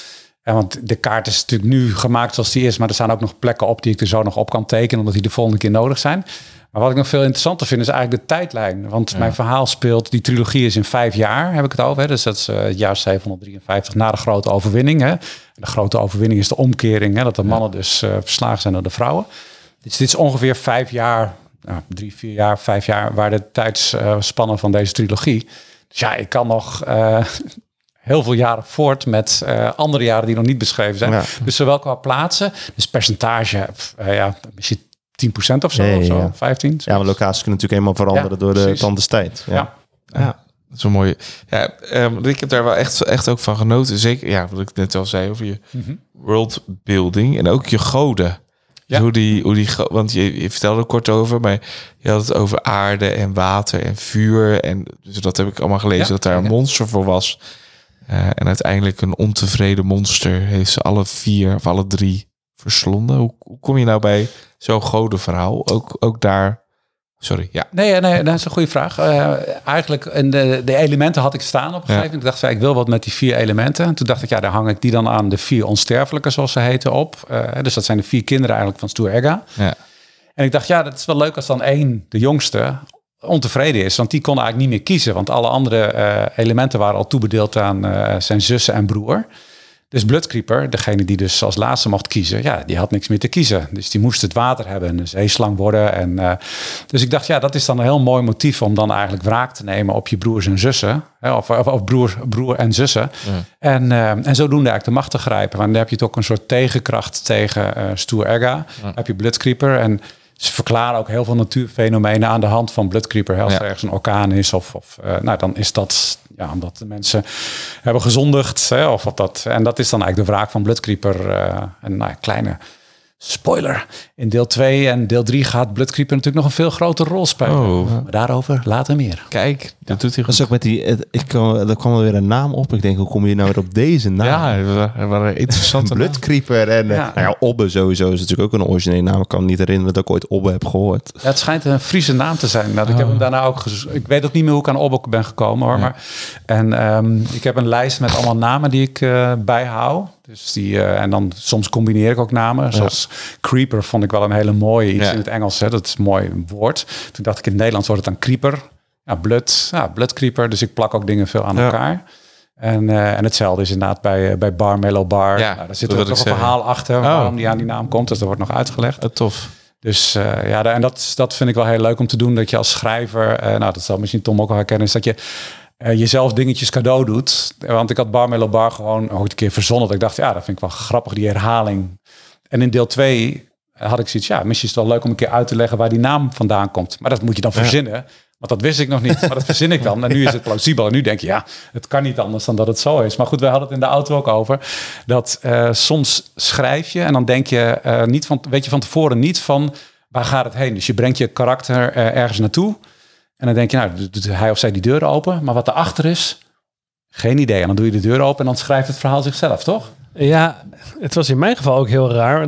En want de kaart is natuurlijk nu gemaakt zoals die is, maar er staan ook nog plekken op die ik er zo nog op kan tekenen, omdat die de volgende keer nodig zijn. Maar wat ik nog veel interessanter vind, is eigenlijk de tijdlijn. Want ja. mijn verhaal speelt, die trilogie is in vijf jaar, heb ik het over. Hè? Dus dat is uh, het jaar zevenhonderddrieënvijftig na de grote overwinning. Hè? En de grote overwinning is de omkering, hè? Dat de mannen ja. dus uh, verslagen zijn door de vrouwen. Dus dit is ongeveer vijf jaar, nou, drie, vier jaar, vijf jaar, waar de tijdsspannen van deze trilogie. Dus ja, ik kan nog uh, heel veel jaren voort met uh, andere jaren die nog niet beschreven zijn. Ja. Dus zowel qua plaatsen, dus percentage, uh, ja, misschien tien procent of zo, nee, of zo ja. vijftien. Ja, maar locaties kunnen natuurlijk helemaal veranderen ja, door de precies. tand des tijd. Ja. Ja. ja. Dat is een mooie. Ja, um, ik heb daar wel echt, echt ook van genoten. Zeker, ja, wat ik net al zei over je mm-hmm. worldbuilding en ook je goden. Ja. Hoe die, hoe die, want je, je vertelde er kort over, maar je had het over aarde en water en vuur. En dus dat heb ik allemaal gelezen, ja. dat daar een monster voor was. Uh, en uiteindelijk een ontevreden monster heeft ze alle vier of alle drie verslonden. Hoe, hoe kom je nou bij zo'n godenverhaal? Ook, ook daar... Sorry, ja. Nee, nee, dat is een goede vraag. Uh, eigenlijk, in de, de elementen had ik staan op een gegeven moment. Ja. Ik dacht, ik wil wat met die vier elementen. En toen dacht ik, ja, daar hang ik die dan aan de vier onsterfelijke, zoals ze heten, op. Uh, dus dat zijn de vier kinderen eigenlijk van Stuart Egga. Ja. En ik dacht, ja, dat is wel leuk als dan één, de jongste, ontevreden is. Want die kon eigenlijk niet meer kiezen. Want alle andere uh, elementen waren al toebedeeld aan uh, zijn zussen en broer. Dus Bloodcreeper, degene die dus als laatste mocht kiezen, ja, die had niks meer te kiezen. Dus die moest het water hebben en een zeeslang worden. En, uh, dus ik dacht, ja, dat is dan een heel mooi motief om dan eigenlijk wraak te nemen op je broers en zussen. Hè, of, of, of broer, broer en zussen. Ja. En, uh, en zodoende eigenlijk de macht te grijpen. Want dan heb je toch ook een soort tegenkracht tegen uh, Stuart Egga. Ja. Dan heb je Bloodcreeper en ze verklaren ook heel veel natuurfenomenen aan de hand van Bloodcreeper. Als ja. er ergens een orkaan is of, of uh, nou, dan is dat... Ja, omdat de mensen hebben gezondigd. Hè, of wat dat, en dat is dan eigenlijk de wraak van Bloodcreeper. Uh, en nou, kleine spoiler. In deel twee en deel drie gaat Bloodcreeper natuurlijk nog een veel grotere rol spelen. Oh. Maar daarover later meer. Kijk, dat ja. doet hij goed. Dat is ook met die... Ik kwam, er kwam alweer een naam op. Ik denk, hoe kom je nou weer op deze naam? Ja, er waren interessante Bloodcreeper. En ja. Nou ja, Obbe sowieso is natuurlijk ook een originele naam. Ik kan me niet herinneren dat ik ooit Obbe heb gehoord. Ja, het schijnt een Friese naam te zijn. Nou, oh. Ik heb hem daarna ook... Gez- ik weet ook niet meer hoe ik aan Obbe ben gekomen. Hoor. Ja. Maar, en um, ik heb een lijst met allemaal namen die ik uh, bijhoud. Dus die, uh, en dan soms combineer ik ook namen. Zoals ja. Creeper vond ik wel een hele mooie. Iets ja. in het Engels, hè, dat is een mooi woord. Toen dacht ik in het Nederlands wordt het dan Creeper. Ja, Blood, ja, Bloodcreeper. Dus ik plak ook dingen veel aan ja. elkaar. En, uh, en hetzelfde is inderdaad bij, uh, bij Bar Mellow Bar. Ja, nou, daar zit er ook nog een verhaal achter. Oh. Waarom die aan die naam komt. Dus dat wordt nog uitgelegd. Uh, tof. Dus uh, ja, en dat, dat vind ik wel heel leuk om te doen. Dat je als schrijver, uh, nou dat zal misschien Tom ook al herkennen, is dat je uh, jezelf dingetjes cadeau doet. Want ik had Bar Mellow Bar gewoon ooit een keer verzonnen. Dat ik dacht, ja, dat vind ik wel grappig, die herhaling. En in deel twee had ik zoiets, ja, misschien is het wel leuk om een keer uit te leggen waar die naam vandaan komt. Maar dat moet je dan verzinnen. Ja. Want dat wist ik nog niet. Maar dat verzin ik dan. En nu is het plausibel. En nu denk je, ja, het kan niet anders dan dat het zo is. Maar goed, wij hadden het in de auto ook over. Dat uh, soms schrijf je en dan denk je uh, niet van, weet je van tevoren niet van waar gaat het heen. Dus je brengt je karakter uh, ergens naartoe. En dan denk je, nou, doet hij of zij die deur open. Maar wat erachter is, geen idee. En dan doe je de deur open en dan schrijft het verhaal zichzelf, toch? Ja, het was in mijn geval ook heel raar.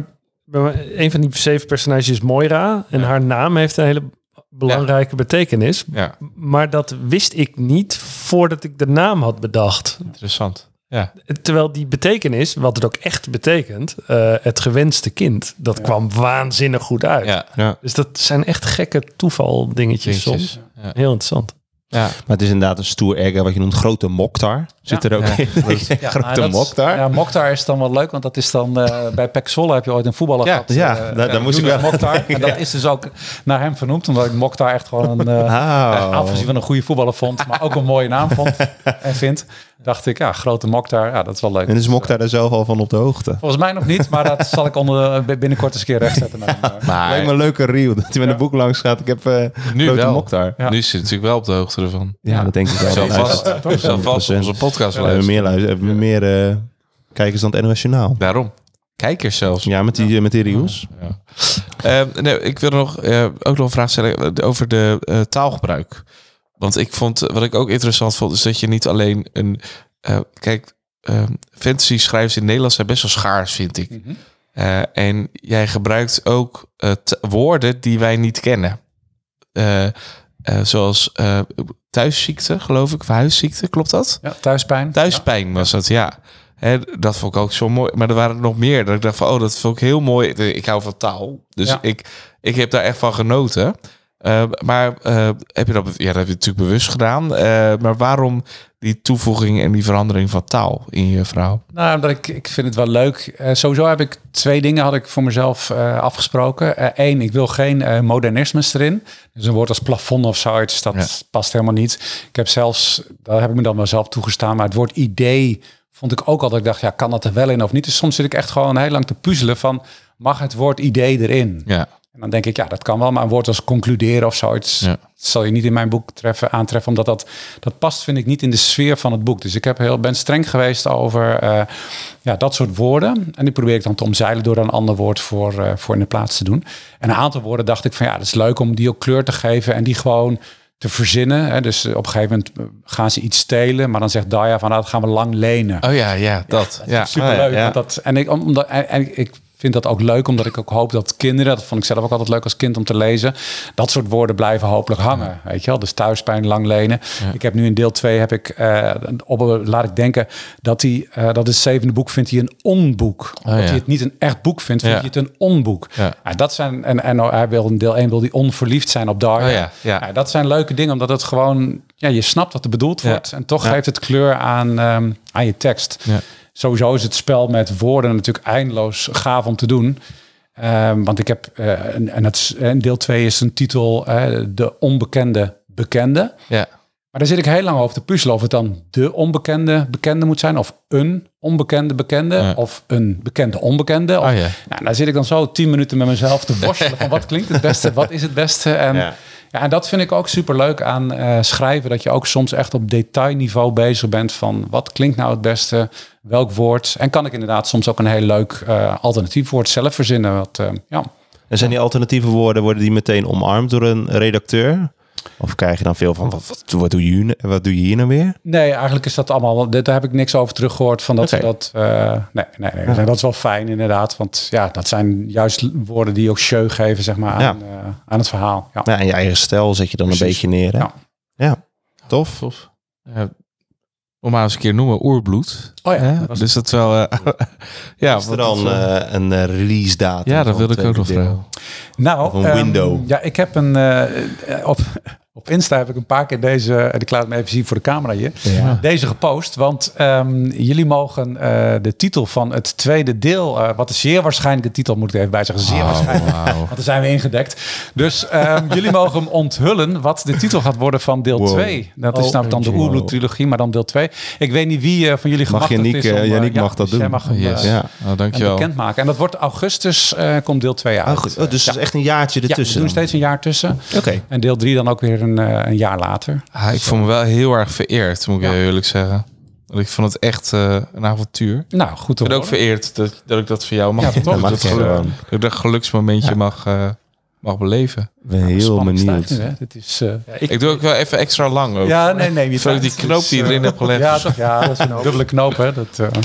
Een van die zeven personages is Moira. En ja. haar naam heeft een hele belangrijke ja. betekenis. Ja. Maar dat wist ik niet voordat ik de naam had bedacht. Interessant. Ja. Terwijl die betekenis, wat het ook echt betekent, uh, het gewenste kind, dat ja. kwam waanzinnig goed uit. Ja. Ja. Dus dat zijn echt gekke toeval dingetjes soms. Ja. Heel interessant. Ja, maar het is inderdaad een stoer Egga, wat je noemt grote Mokhtar. Zit ja. er ook ja. in. Ja, grote nou, Mokhtar. Ja, Mokhtar is dan wel leuk, want dat is dan uh, bij Pek Zwolle heb je ooit een voetballer ja, gehad. Ja, uh, daar, daar moest ik wel. Mokhtar. En dat is dus ook naar hem vernoemd, omdat ik Mokhtar echt gewoon een uh, oh. afgezien van een goede voetballer vond, maar ook een mooie naam vond en vind. Dacht ik, ja, grote Mokhtar, ja, dat is wel leuk. En is Mokhtar er zelf al van op de hoogte? Volgens mij nog niet, maar dat zal ik onder binnenkort eens een keer rechtzetten. Met hem. Maar lijkt me een leuke reel, dat hij met ja. een boek langs gaat. Ik heb uh, nu grote wel. Mokhtar. Ja. Nu zit hij natuurlijk wel op de hoogte ervan. Ja, ja. dat denk ik wel. Zo vast, zo vast onze podcast. We hebben meer, luister, we meer uh, kijkers dan het N O S Journaal. Daarom. Kijkers zelfs. Ja, met die, ja. met die reels. Ja. Ja. Uh, nee, ik wil nog, uh, ook nog een vraag stellen over de uh, taalgebruik. Want ik vond, wat ik ook interessant vond, is dat je niet alleen een... Uh, kijk, uh, fantasy schrijvers in Nederland zijn best wel schaars, vind ik. Mm-hmm. Uh, en jij gebruikt ook uh, t- woorden die wij niet kennen. Uh, uh, zoals uh, thuisziekte, geloof ik, of huisziekte, klopt dat? Ja, thuispijn. Thuispijn ja. was dat, ja. Hè, dat vond ik ook zo mooi. Maar er waren er nog meer. Dat ik dacht van, oh, dat vond ik heel mooi. Ik hou van taal. Dus Ja. ik, ik heb daar echt van genoten. Uh, maar uh, heb je dat... Ja, dat heb je natuurlijk bewust gedaan. Uh, maar waarom die toevoeging en die verandering van taal in je verhaal? Nou, omdat ik, ik vind het wel leuk. Uh, sowieso heb ik twee dingen had ik voor mezelf uh, afgesproken. Eén, uh, ik wil geen uh, modernismes erin. Dus een woord als plafond of zoiets, dat ja. past helemaal niet. Ik heb zelfs, daar heb ik me dan wel zelf toegestaan, maar het woord idee vond ik ook al dat ik dacht, ja, kan dat er wel in of niet? Dus soms zit ik echt gewoon heel lang te puzzelen van, mag het woord idee erin? Ja. En dan denk ik, ja, dat kan wel, maar een woord als concluderen of zoiets, ja. zal je niet in mijn boek treffen, aantreffen, omdat dat, dat past, vind ik, niet in de sfeer van het boek. Dus ik heb heel, ben streng geweest over uh, ja, dat soort woorden. En die probeer ik dan te omzeilen door een ander woord voor, uh, voor in de plaats te doen. En een aantal woorden dacht ik van, ja, dat is leuk om die ook kleur te geven en die gewoon te verzinnen. Hè. Dus op een gegeven moment gaan ze iets stelen, maar dan zegt Daya van, nou, dat gaan we lang lenen. Oh ja, ja, dat. Ja, dat is superleuk. Oh, ja, ja. Dat, en ik, omdat, en, en ik vind dat ook leuk, omdat ik ook hoop dat kinderen, dat vond ik zelf ook altijd leuk als kind om te lezen, dat soort woorden blijven hopelijk hangen. Ja. Weet je wel? Dus thuispijn, lang lenen. Ja. Ik heb nu in deel twee heb ik, uh, op, laat ik denken, dat hij, uh, dat het zevende boek vindt hij een onboek. Oh, dat ja. hij het niet een echt boek vindt, vindt ja. hij het een onboek. Ja. Ja, dat zijn, en, en hij wil in deel één wil hij onverliefd zijn op Daya. Oh, ja. Ja. Ja, dat zijn leuke dingen, omdat het gewoon, ja, je snapt wat er bedoeld wordt. Ja. En toch ja. geeft het kleur aan, um, aan je tekst. Ja. Sowieso is het spel met woorden natuurlijk eindeloos gaaf om te doen. Um, want ik heb, uh, en, en het, in deel twee is een titel, uh, De Onbekende Bekende. Ja. Maar daar zit ik heel lang over te puzzelen of het dan de onbekende bekende moet zijn, of een onbekende bekende, ja. of een bekende onbekende. Of, oh, ja. Nou, daar zit ik dan zo tien minuten met mezelf te worstelen van wat klinkt het beste, wat is het beste. En, ja. Ja, en dat vind ik ook superleuk aan uh, schrijven, dat je ook soms echt op detailniveau bezig bent van wat klinkt nou het beste, welk woord. En kan ik inderdaad soms ook een heel leuk uh, alternatief woord zelf verzinnen. Wat, uh, ja. En zijn die alternatieve woorden, worden die meteen omarmd door een redacteur? Of krijg je dan veel van, wat, wat, wat, doe, je, wat doe je hier nou weer? Nee, eigenlijk is dat allemaal, daar heb ik niks over teruggehoord. Van dat, okay. dat, uh, nee, nee, nee ja. dat is wel fijn inderdaad. Want ja, dat zijn juist woorden die ook show geven, zeg maar, aan, ja. uh, aan het verhaal. Ja. Ja, en je eigen stijl zet je dan Precies. een beetje neer. Hè? Ja. ja, tof. tof. Uh, om maar eens een keer noemen, Oerbloed. Oh ja, uh, dat dus dat wel... Uh, ja, is er dan uh, een uh, release datum? Ja, dat wilde ik ook nog vragen. Nou, of een window. Um, ja, ik heb een... Uh, op, op Insta heb ik een paar keer deze... En ik laat hem even zien voor de camera hier. Ja. Deze gepost. Want um, jullie mogen uh, de titel van het tweede deel... Uh, wat is zeer waarschijnlijk de titel, moet ik even bij zeggen. Zeer oh, waarschijnlijk. Wow. Want dan zijn we ingedekt. Dus um, jullie mogen hem onthullen wat de titel gaat worden van deel wow. twee. Dat is oh, nou dan de Oerbloed trilogie, maar dan deel twee. Ik weet niet wie uh, van jullie gemachtigd mag is. Om, uh, Yannick ja, mag dat doen. Jij mag hem yes. uh, ja. oh, dankjewel. bekendmaken. En dat wordt augustus, uh, komt deel twee uit. Oh, goed. Oh, dus ja. dat is echt een jaartje ertussen. Ja, we doen steeds een jaar tussen. Oké. Okay. En deel drie dan ook weer een, uh, een jaar later. Ah, ik voel me wel heel erg vereerd, moet ik ja. heel eerlijk zeggen. Want ik vond het echt uh, een avontuur. Nou, goed te Ik ben ook vereerd dat, dat ik dat voor jou mag. Ja, toch? Dat, dat, geluk, dat ik dat geluksmomentje ja. mag, uh, mag beleven. Ik ben heel benieuwd. Nu, Dit is, uh, ja, ik, ik doe ook wel even extra lang. Ook. Ja, nee, nee. Je Zodat die knoop die je erin hebt gelegd. Ja, toch? Ja, dat is een dubbele knoop, hè. Dat, uh...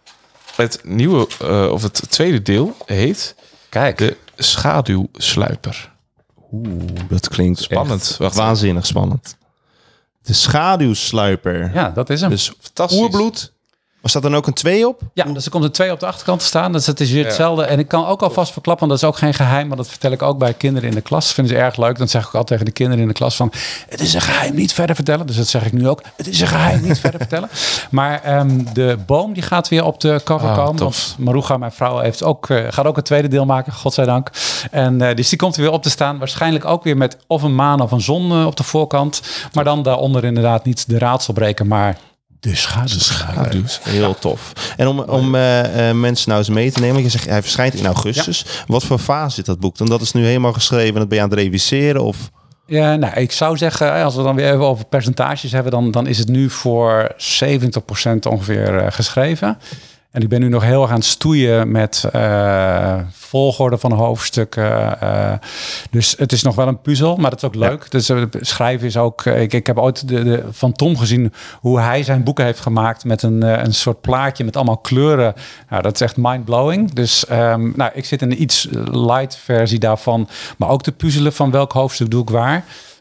Het nieuwe, uh, of het tweede deel heet... Kijk. De Schaduwsluiper. Oeh, dat klinkt spannend. Wacht, waanzinnig spannend. De Schaduwsluiper. Ja, dat is hem. Dus fantastisch. Oerbloed. Was dat dan ook een twee op? Ja, dus er komt een twee op de achterkant te staan. Dus het is weer hetzelfde. Ja. En ik kan ook alvast verklappen, want dat is ook geen geheim. Maar dat vertel ik ook bij kinderen in de klas. Dat vinden ze erg leuk. Dan zeg ik altijd tegen de kinderen in de klas van... Het is een geheim, niet verder vertellen. Dus dat zeg ik nu ook. Het is een geheim, niet verder vertellen. Maar um, de boom die gaat weer op de cover oh, komen. Tof. Want Maruga, mijn vrouw, heeft ook, uh, gaat ook een tweede deel maken. Godzijdank. En uh, dus die komt er weer op te staan. Waarschijnlijk ook weer met of een maan of een zon uh, op de voorkant. Maar dan daaronder inderdaad niet de raadselbreker, maar... De schaduwsluiper. Heel tof. En om, om uh, uh, mensen nou eens mee te nemen. Je zegt, hij verschijnt in augustus. Ja. Wat voor fase zit dat boek? Dan dat is nu helemaal geschreven. Dat ben je aan het reviseren? Of... Ja, nou, ik zou zeggen, als we dan weer even over percentages hebben, dan, dan is het nu voor zeventig procent ongeveer uh, geschreven. En ik ben nu nog heel erg aan het stoeien met uh, volgorde van hoofdstukken. Uh, dus het is nog wel een puzzel, maar dat is ook leuk. Ja. Dus uh, schrijven is ook... Uh, ik, ik heb ooit de, de, van Tom gezien hoe hij zijn boeken heeft gemaakt met een, uh, een soort plaatje met allemaal kleuren. Nou, dat is echt mind-blowing. Dus um, nou, ik zit in een iets light versie daarvan. Maar ook te puzzelen van welk hoofdstuk doe ik waar.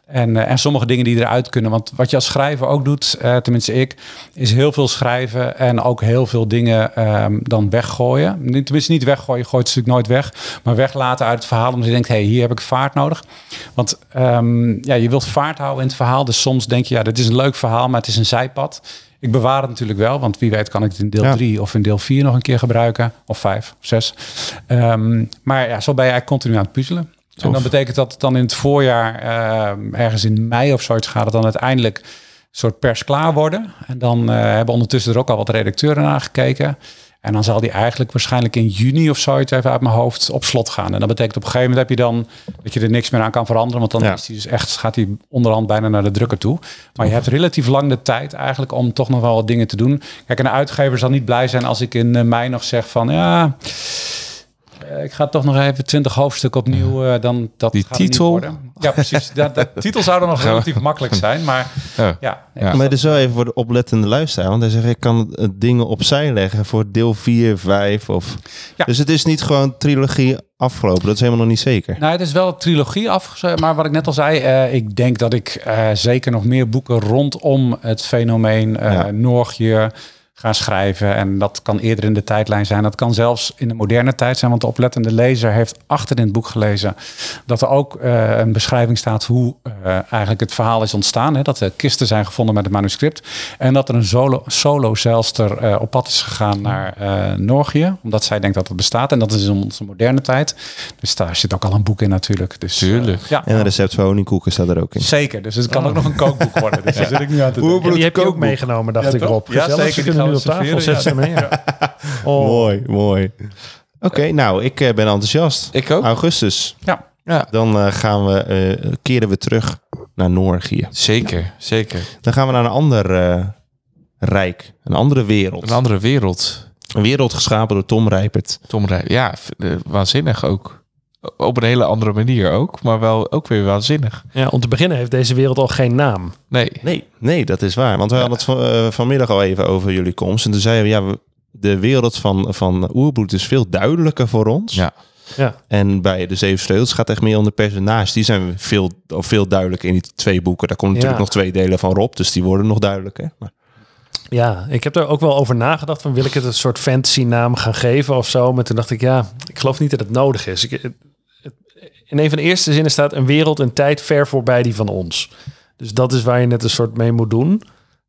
En, uh, en sommige dingen die eruit kunnen. Want wat je als schrijver ook doet, uh, tenminste ik, is heel veel schrijven en ook heel veel dingen um, dan weggooien. Tenminste niet weggooien, je gooit het natuurlijk nooit weg. Maar weglaten uit het verhaal, omdat je denkt, hé, hey, hier heb ik vaart nodig. Want um, ja, je wilt vaart houden in het verhaal. Dus soms denk je, ja, dit is een leuk verhaal, maar het is een zijpad. Ik bewaar het natuurlijk wel, want wie weet kan ik het in deel drie ja. of in deel vier nog een keer gebruiken. Of vijf, of zes. Um, maar ja, zo ben je eigenlijk continu aan het puzzelen. Tof. En dan betekent dat het dan in het voorjaar, uh, ergens in mei of zoiets, gaat het dan uiteindelijk een soort pers klaar worden. En dan uh, hebben ondertussen er ook al wat redacteuren naar gekeken. En dan zal die eigenlijk waarschijnlijk in juni of zoiets even uit mijn hoofd op slot gaan. En dat betekent op een gegeven moment heb je dan dat je er niks meer aan kan veranderen. Want dan ja. is die dus echt, gaat die onderhand bijna naar de drukker toe. Maar je hebt relatief lang de tijd eigenlijk om toch nog wel wat dingen te doen. Kijk, een uitgever zal niet blij zijn als ik in uh, mei nog zeg van ja, uh, ik ga toch nog even twintig hoofdstukken opnieuw. Uh, dan dat die gaat titel. Niet worden. Ja, precies. De, de titel zou dan nog relatief makkelijk zijn. Maar ja. ja, ja. Maar dus wel even voor de oplettende luisteraar. Want hij zegt, ik kan dingen opzij leggen voor deel vier, vijf of... Ja. Dus het is niet gewoon trilogie afgelopen. Dat is helemaal nog niet zeker. Nou, het is wel een trilogie afgelopen. Maar wat ik net al zei, uh, ik denk dat ik uh, zeker nog meer boeken rondom het fenomeen uh, ja. Norgië gaan schrijven. En dat kan eerder in de tijdlijn zijn. Dat kan zelfs in de moderne tijd zijn. Want de oplettende lezer heeft achter in het boek gelezen dat er ook uh, een beschrijving staat hoe uh, eigenlijk het verhaal is ontstaan. Hè? Dat er kisten zijn gevonden met het manuscript. En dat er een solo, solo-zeilster uh, op pad is gegaan naar uh, Norgië. Omdat zij denkt dat het bestaat. En dat is in onze moderne tijd. Dus daar zit ook al een boek in natuurlijk. Dus, Tuurlijk. Uh, ja. En een recept voor honingkoeken staat er ook in. Zeker. Dus het kan oh. ook nog een kookboek worden. Dus ja. daar zit ik nu aan te denken. En die heb je ook meegenomen, dacht ja, ik Rob. Ja, Gezellig, zeker. nu op tafel zet ze mee. Ja. Oh. Mooi, mooi. Oké, okay, nou, ik uh, ben enthousiast. Ik ook. Augustus. Ja. ja. Dan uh, gaan we, uh, keren we terug naar Norgië. Zeker, zeker. Dan gaan we naar een ander uh, rijk. Een andere wereld. Een andere wereld. Een wereld geschapen door Tom Rijpert. Tom Rijpert, ja, uh, waanzinnig ook. Op een hele andere manier ook, maar wel ook weer waanzinnig. Ja, om te beginnen heeft deze wereld al geen naam. Nee. Nee, nee, dat is waar. Want we ja. hadden het van, uh, vanmiddag al even over jullie komst. En toen zeiden we, ja, we, de wereld van, van Oerbloed is veel duidelijker voor ons. Ja. Ja. En bij de Zeven Sleutels gaat het echt meer om de personages. Die zijn veel, veel duidelijker in die twee boeken. Daar komen natuurlijk ja. nog twee delen van Rob, dus die worden nog duidelijker. Maar... Ja, ik heb er ook wel over nagedacht van wil ik het een soort fantasy naam gaan geven of zo. Maar toen dacht ik, ja, ik geloof niet dat het nodig is. Ik, in een van de eerste zinnen staat een wereld en tijd ver voorbij die van ons. Dus dat is waar je net een soort mee moet doen.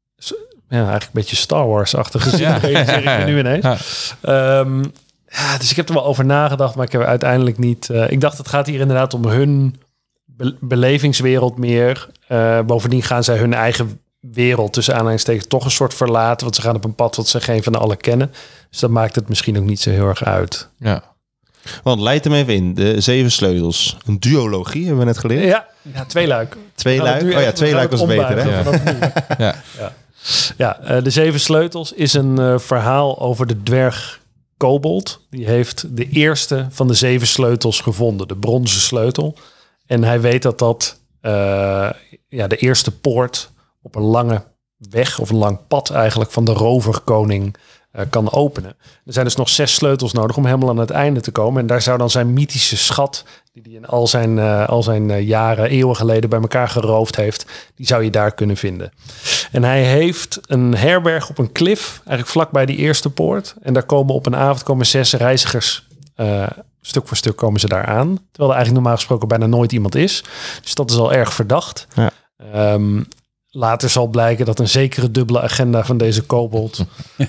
Ja, eigenlijk een beetje Star Wars-achtige zin. Ja. Zeg ik nu ineens. Ja. Um, ja, dus ik heb er wel over nagedacht, maar ik heb uiteindelijk niet... Uh, ik dacht, het gaat hier inderdaad om hun be- belevingswereld meer. Uh, bovendien gaan zij hun eigen wereld tussen aanhalingstekens toch een soort verlaten. Want ze gaan op een pad wat ze geen van allen kennen. Dus dat maakt het misschien ook niet zo heel erg uit. Ja. Want leid hem even in. De Zeven Sleutels. Een duologie, hebben we net geleerd. Ja, ja twee luik. Twee luik? Oh ja, twee luik was beter, hè? Ja. ja. ja. ja uh, de Zeven Sleutels is een uh, verhaal over de dwerg Kobold. Die heeft de eerste van de zeven sleutels gevonden. De bronzen sleutel. En hij weet dat dat uh, ja, de eerste poort op een lange weg of een lang pad eigenlijk van de roverkoning uh, kan openen. Er zijn dus nog zes sleutels nodig om helemaal aan het einde te komen. En daar zou dan zijn mythische schat, die hij in al zijn, uh, al zijn uh, jaren, eeuwen geleden bij elkaar geroofd heeft, die zou je daar kunnen vinden. En hij heeft een herberg op een klif, eigenlijk vlakbij die eerste poort. En daar komen op een avond komen zes reizigers, uh, stuk voor stuk komen ze daar aan. Terwijl er eigenlijk normaal gesproken bijna nooit iemand is. Dus dat is al erg verdacht. Ja. Um, Later zal blijken dat een zekere dubbele agenda van deze kobold...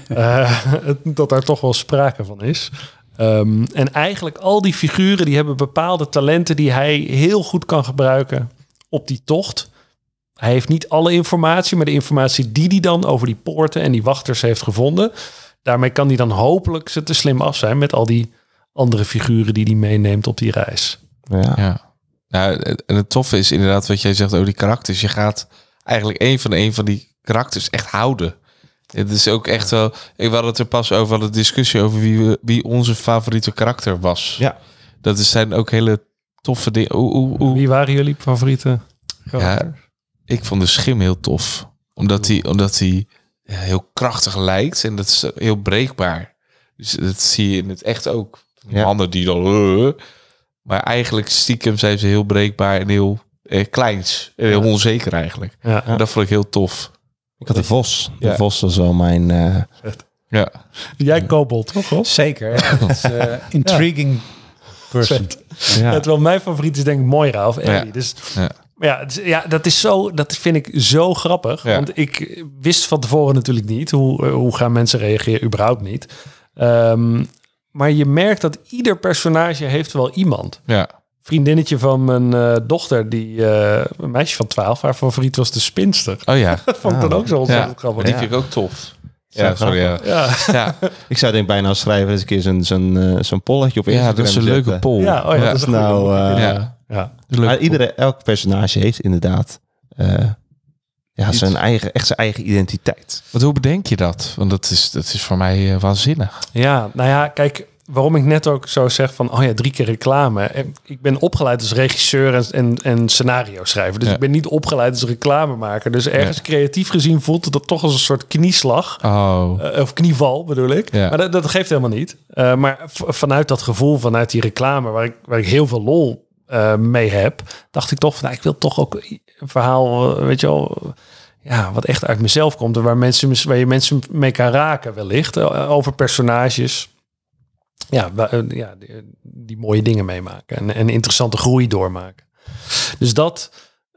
uh, dat daar toch wel sprake van is. Um, en eigenlijk al die figuren die hebben bepaalde talenten die hij heel goed kan gebruiken op die tocht. Hij heeft niet alle informatie, maar de informatie die hij dan over die poorten en die wachters heeft gevonden, daarmee kan hij dan hopelijk ze te slim af zijn met al die andere figuren die hij meeneemt op die reis. Ja. Ja. Nou, en het toffe is inderdaad wat jij zegt over die karakters. Je gaat eigenlijk een van een van die karakters echt houden. Het is ook echt wel... Ik had het er pas over, hadden een discussie over wie, wie onze favoriete karakter was. Ja. Dat zijn ook hele toffe dingen. Oe, oe, oe. Wie waren jullie favoriete karakter? Ja, ik vond de schim heel tof. Omdat hij omdat hij heel krachtig lijkt. En dat is heel breekbaar. Dus dat zie je in het echt ook. Ja. Mannen die dan... Uh, maar eigenlijk stiekem zijn ze heel breekbaar en heel... eh, kleins. Eh, onzeker eigenlijk. Ja. En dat vond ik heel tof. Ik had de Vos. De Ja. Vos was wel mijn... Uh, Ja. Jij kobold, toch? Rob? Zeker. Ja, dat is uh, intriguing person. ja. Het wel mijn favoriet is denk ik Moira of Ellie. Ja. Dus Ja. ja, het is- ja, dat is zo. Dat vind ik zo grappig. Ja. Want ik wist van tevoren natuurlijk niet hoe, eh, hoe gaan mensen reageren, überhaupt niet. Um, maar je merkt dat ieder personage heeft wel iemand. Ja. Vriendinnetje van mijn uh, dochter, die uh, een meisje van twaalf, haar favoriet was de spinster. Oh ja. Dat vond ik dan ook zo Ja. ontzettend grappig. Die Ja. vind ik ook tof. Ja, sorry. Ja. Ja. Ja. Ik zou denk ik bijna schrijven eens een keer zo'n zo'n uh, zo'n polletje op ja, Instagram dat is een zetten. leuke poll. Ja, oh ja, dat is een Nou, goeie. uh, Ja. Ja. Dat is een leuke Maar poll. iedere, elk personage heeft inderdaad uh, ja, zijn eigen, echt zijn eigen identiteit. Want hoe bedenk je dat? Want dat is, dat is voor mij uh, waanzinnig. Ja, nou ja, kijk, waarom ik net ook zo zeg van, oh ja, drie keer reclame. En ik ben opgeleid als regisseur en, en, en scenario schrijver. Dus Ja. ik ben niet opgeleid als reclamemaker. Dus ergens Ja. creatief gezien voelt het dat toch als een soort knieslag. Oh. Uh, of knieval bedoel ik. Ja. Maar dat, dat geeft helemaal niet. Uh, maar v- vanuit dat gevoel, vanuit die reclame, waar ik, waar ik heel veel lol uh, mee heb, dacht ik toch van, nou, ik wil toch ook een verhaal, uh, weet je wel, ja, wat echt uit mezelf komt en waar mensen, waar je mensen mee kan raken wellicht, uh, over personages. Ja, wa- uh, ja die, die mooie dingen meemaken en, en interessante groei doormaken. Dus dat,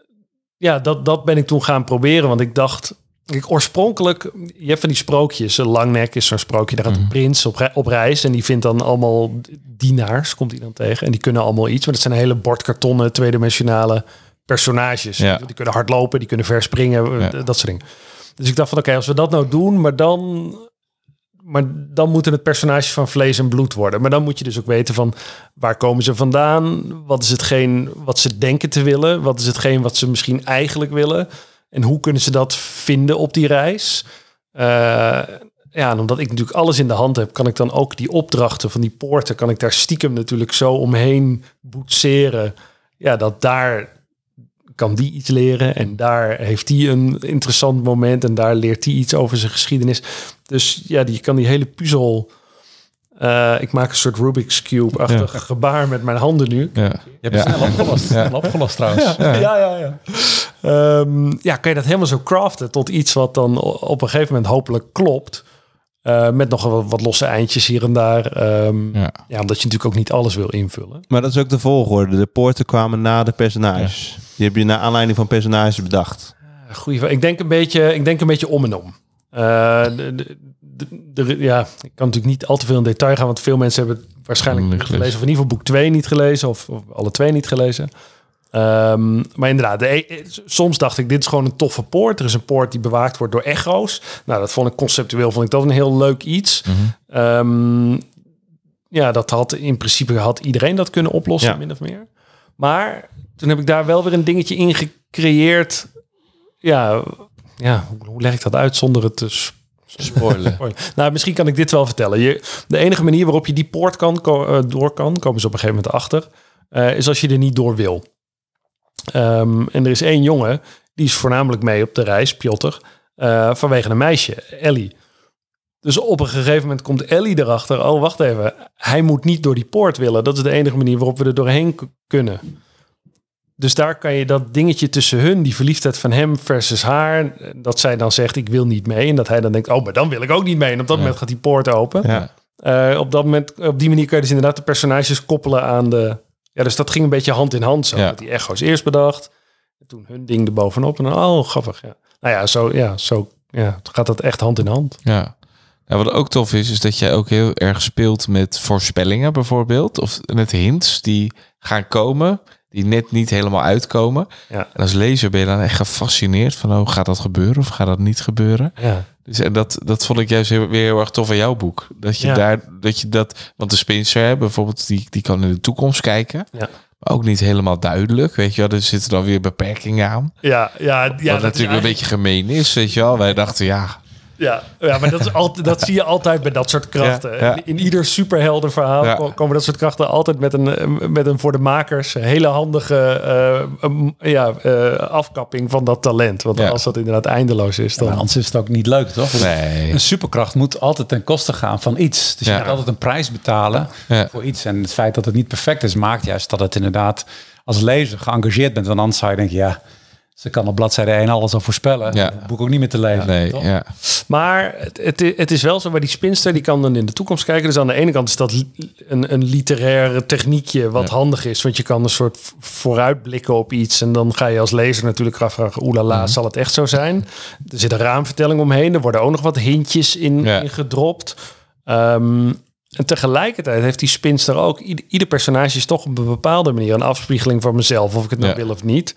ja, dat, dat ben ik toen gaan proberen, want ik dacht, ik oorspronkelijk, je hebt van die sprookjes. Langnek is zo'n sprookje, daar gaat een prins op, re- op reis en die vindt dan allemaal dienaars, komt hij dan tegen. En die kunnen allemaal iets, maar dat zijn hele bordkartonnen, tweedimensionale personages. Ja. Die kunnen hardlopen, die kunnen verspringen, Ja. dat soort dingen. Dus ik dacht van, oké, als we dat nou doen, maar dan... Maar dan moeten het personages van vlees en bloed worden. Maar dan moet je dus ook weten van, waar komen ze vandaan? Wat is hetgeen wat ze denken te willen? Wat is hetgeen wat ze misschien eigenlijk willen? En hoe kunnen ze dat vinden op die reis? Uh, ja, en omdat ik natuurlijk alles in de hand heb, kan ik dan ook die opdrachten van die poorten, kan ik daar stiekem natuurlijk zo omheen boetseren. Ja, dat daar kan die iets leren en daar heeft die een interessant moment en daar leert die iets over zijn geschiedenis. Dus ja, die kan die hele puzzel. Uh, ik maak een soort Rubik's Cube-achtig Ja. gebaar met mijn handen nu. Ja. Je hebt het Ja. snel opgelost. Ja. Snel opgelost trouwens. Ja, ja, ja. Ja. Um, ja, kan je dat helemaal zo craften tot iets wat dan op een gegeven moment hopelijk klopt. Uh, met nog wat, wat losse eindjes hier en daar. Um, Ja. ja, omdat je natuurlijk ook niet alles wil invullen. Maar dat is ook de volgorde. De poorten kwamen na de personages. Die heb je naar aanleiding van personages bedacht. Goeie vraag. Ik denk een beetje, ik denk een beetje om en om. Uh, de, de, de, de, ja, ik kan natuurlijk niet al te veel in detail gaan, want veel mensen hebben het waarschijnlijk Niet niet gelezen. gelezen, of in ieder geval boek twee niet gelezen, of, of alle twee niet gelezen. Um, maar inderdaad, de, soms dacht ik, dit is gewoon een toffe poort. Er is een poort die bewaakt wordt door echo's. Nou, dat vond ik conceptueel, vond ik dat een heel leuk iets. Mhm. Um, ja, dat had in principe had iedereen dat kunnen oplossen, Ja. min of meer. Maar toen heb ik daar wel weer een dingetje in gecreëerd. Ja, ja hoe, hoe leg ik dat uit zonder het te sp- Spoilen. Nou, misschien kan ik dit wel vertellen. Je, de enige manier waarop je die poort kan, ko- uh, door kan, komen ze op een gegeven moment achter, uh, is als je er niet door wil. Um, en er is één jongen, die is voornamelijk mee op de reis, Piotr, uh, vanwege een meisje, Ellie. Dus op een gegeven moment komt Ellie erachter. Oh, wacht even. Hij moet niet door die poort willen. Dat is de enige manier waarop we er doorheen k- kunnen. Dus daar kan je dat dingetje tussen hun, die verliefdheid van hem versus haar, dat zij dan zegt, ik wil niet mee. En dat hij dan denkt, oh, maar dan wil ik ook niet mee. En op dat Ja. moment gaat die poort open. Ja. Uh, op, dat moment, op die manier kun je dus inderdaad de personages koppelen aan de... Ja, dus dat ging een beetje hand in hand zo. Ja. Dat die echo's eerst bedacht. En toen hun ding erbovenop. En dan, oh, grappig. Ja. Nou ja, zo, ja, zo ja, gaat dat echt hand in hand. Ja. Nou, wat ook tof is, is dat jij ook heel erg speelt met voorspellingen bijvoorbeeld. Of met hints die gaan komen, die net niet helemaal uitkomen. Ja. En als lezer ben je dan echt gefascineerd van, oh, gaat dat gebeuren of gaat dat niet gebeuren? Ja. Dus en dat, dat vond ik juist heel, weer heel erg tof aan jouw boek. Dat je Ja. daar, dat je dat, want de Spinster hè, bijvoorbeeld, die, die kan in de toekomst kijken. Ja. Maar ook niet helemaal duidelijk, weet je wel. Er zitten dan weer beperkingen aan. Ja, ja, ja, wat dat natuurlijk is een beetje gemeen is, weet je wel. Wij dachten, ja, Ja, ja, maar dat, is altijd, dat zie je altijd bij dat soort krachten. Ja, ja. In, in ieder superheldenverhaal Ja. ko- komen dat soort krachten altijd met een, met een voor de makers hele handige uh, um, ja, uh, afkapping van dat talent. Want Ja. als dat inderdaad eindeloos is, dan... Maar anders is het ook niet leuk, toch? nee. Een superkracht moet altijd ten koste gaan van iets. Dus je Ja. moet altijd een prijs betalen Ja. voor iets. En het feit dat het niet perfect is, maakt juist dat het inderdaad als lezer geëngageerd bent. Want anders zou je denken, ja, ze kan op bladzijde één alles al voorspellen. Ja. Het boek ook niet meer te lezen. Nee, toch? ja. Maar het, het, i- het is wel zo, bij die spinster, die kan dan in de toekomst kijken. Dus aan de ene kant is dat li- een, een literaire techniekje wat Ja. handig is. Want je kan een soort v- vooruitblikken op iets. En dan ga je als lezer natuurlijk afvragen, oelala, Mhm. zal het echt zo zijn? Er zit een raamvertelling omheen. Er worden ook nog wat hintjes in, Ja. in gedropt. Ehm, en tegelijkertijd heeft die spinster ook... Ieder, ieder personage is toch op een bepaalde manier een afspiegeling van mezelf. Of ik het nou Ja. wil of niet.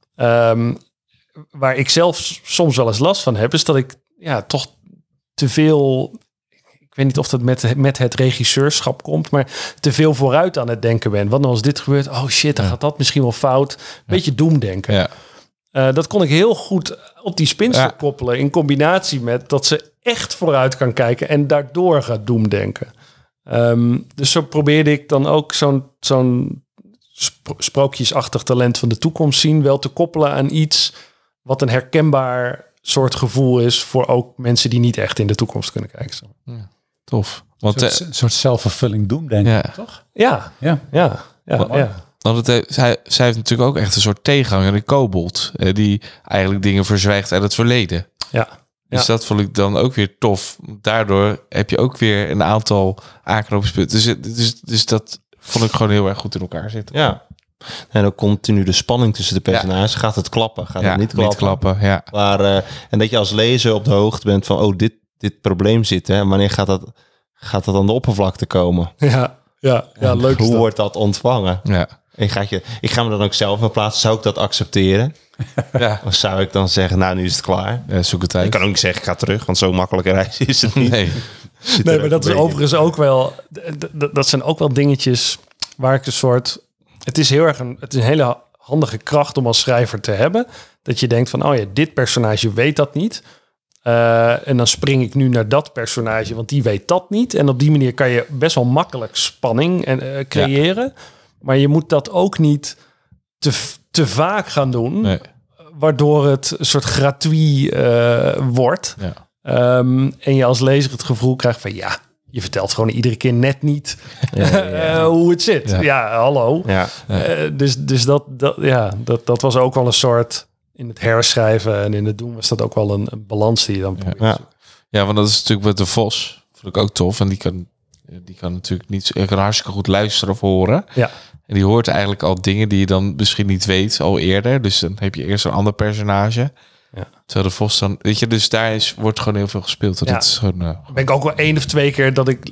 Ehm, waar ik zelf s- soms wel eens last van heb, is dat ik ja, toch te veel... Ik weet niet of dat met, met het regisseurschap komt, maar te veel vooruit aan het denken ben. Want als dit gebeurt, oh shit, dan gaat dat misschien wel fout. Beetje doemdenken. Ja. Eh, dat kon ik heel goed op die spinster Ja. koppelen, in combinatie met dat ze echt vooruit kan kijken en daardoor gaat doemdenken. Ehm, dus zo probeerde ik dan ook zo'n zo'n spro- sprookjesachtig talent van de toekomst zien wel te koppelen aan iets wat een herkenbaar soort gevoel is voor ook mensen die niet echt in de toekomst kunnen kijken. Zo. Tof. Een Want, soort, eh, een soort self-fulfilling doom, denk ja. ik, toch? Ja, Ja. ja, ja, Wat- ja. want het, heeft- zij, zij heeft natuurlijk ook echt een soort tegenhanger, een kobold, eh, die eigenlijk dingen verzwijgt uit het verleden. ja. Dus Ja. dat vond ik dan ook weer tof. Daardoor heb je ook weer een aantal aanknopingspunten. Dus, het- dus, dus dat vond ik gewoon heel erg goed in elkaar zitten. Ja. En ook continu de spanning tussen de personages. Gaat het klappen? Gaat Ja, het niet klappen? klappen. Ja. Maar, eh, en dat je als lezer op de hoogte bent van... oh, dit, dit probleem zit, hè. En wanneer gaat dat, gaat dat aan de oppervlakte komen? Ja, ja, ja, En leuk is Hoe dat. wordt dat ontvangen? Ja. En gaat je, ik ga me dan ook zelf in plaatsen. Zou ik dat accepteren? Ja. Of zou ik dan zeggen, nou, nu is het klaar? Ja, zoek het uit. Ik kan ook niet zeggen, ik ga terug. Want zo makkelijke reis is het niet. Nee. Zit Nee, er maar ook dat is een beetje- overigens ook wel... d- d- Dat zijn ook wel dingetjes waar ik een soort... Het is heel erg een, het is een hele handige kracht om als schrijver te hebben. Dat je denkt van, oh ja, dit personage weet dat niet. Uh, en dan spring ik nu naar dat personage, want die weet dat niet. En op die manier kan je best wel makkelijk spanning en, uh, creëren. Maar je moet dat ook niet te, te vaak gaan doen. Nee. Waardoor het een soort gratuit uh, wordt. Ja. Um, en je als lezer het gevoel krijgt van ja, je vertelt gewoon iedere keer net niet Ja, ja, ja. uh, hoe het zit. Ja, Ja. hallo. Ja. Uh, dus dus dat, dat, ja, dat, dat was ook wel een soort... In het herschrijven en in het doen was dat ook wel een, een balans die je dan probeert. Ja. Ja, want dat is natuurlijk met de Vos. Vond ik ook tof. En die kan, die kan natuurlijk niet ik kan hartstikke goed luisteren of horen. Ja. En die hoort eigenlijk al dingen die je dan misschien niet weet al eerder. Dus dan heb je eerst een ander personage. Ja. Terwijl de Vos dan... Weet je, dus daar is, wordt gewoon heel veel gespeeld. Dat Ja. is gewoon... Uh, Ben ik ook wel één of twee keer dat ik...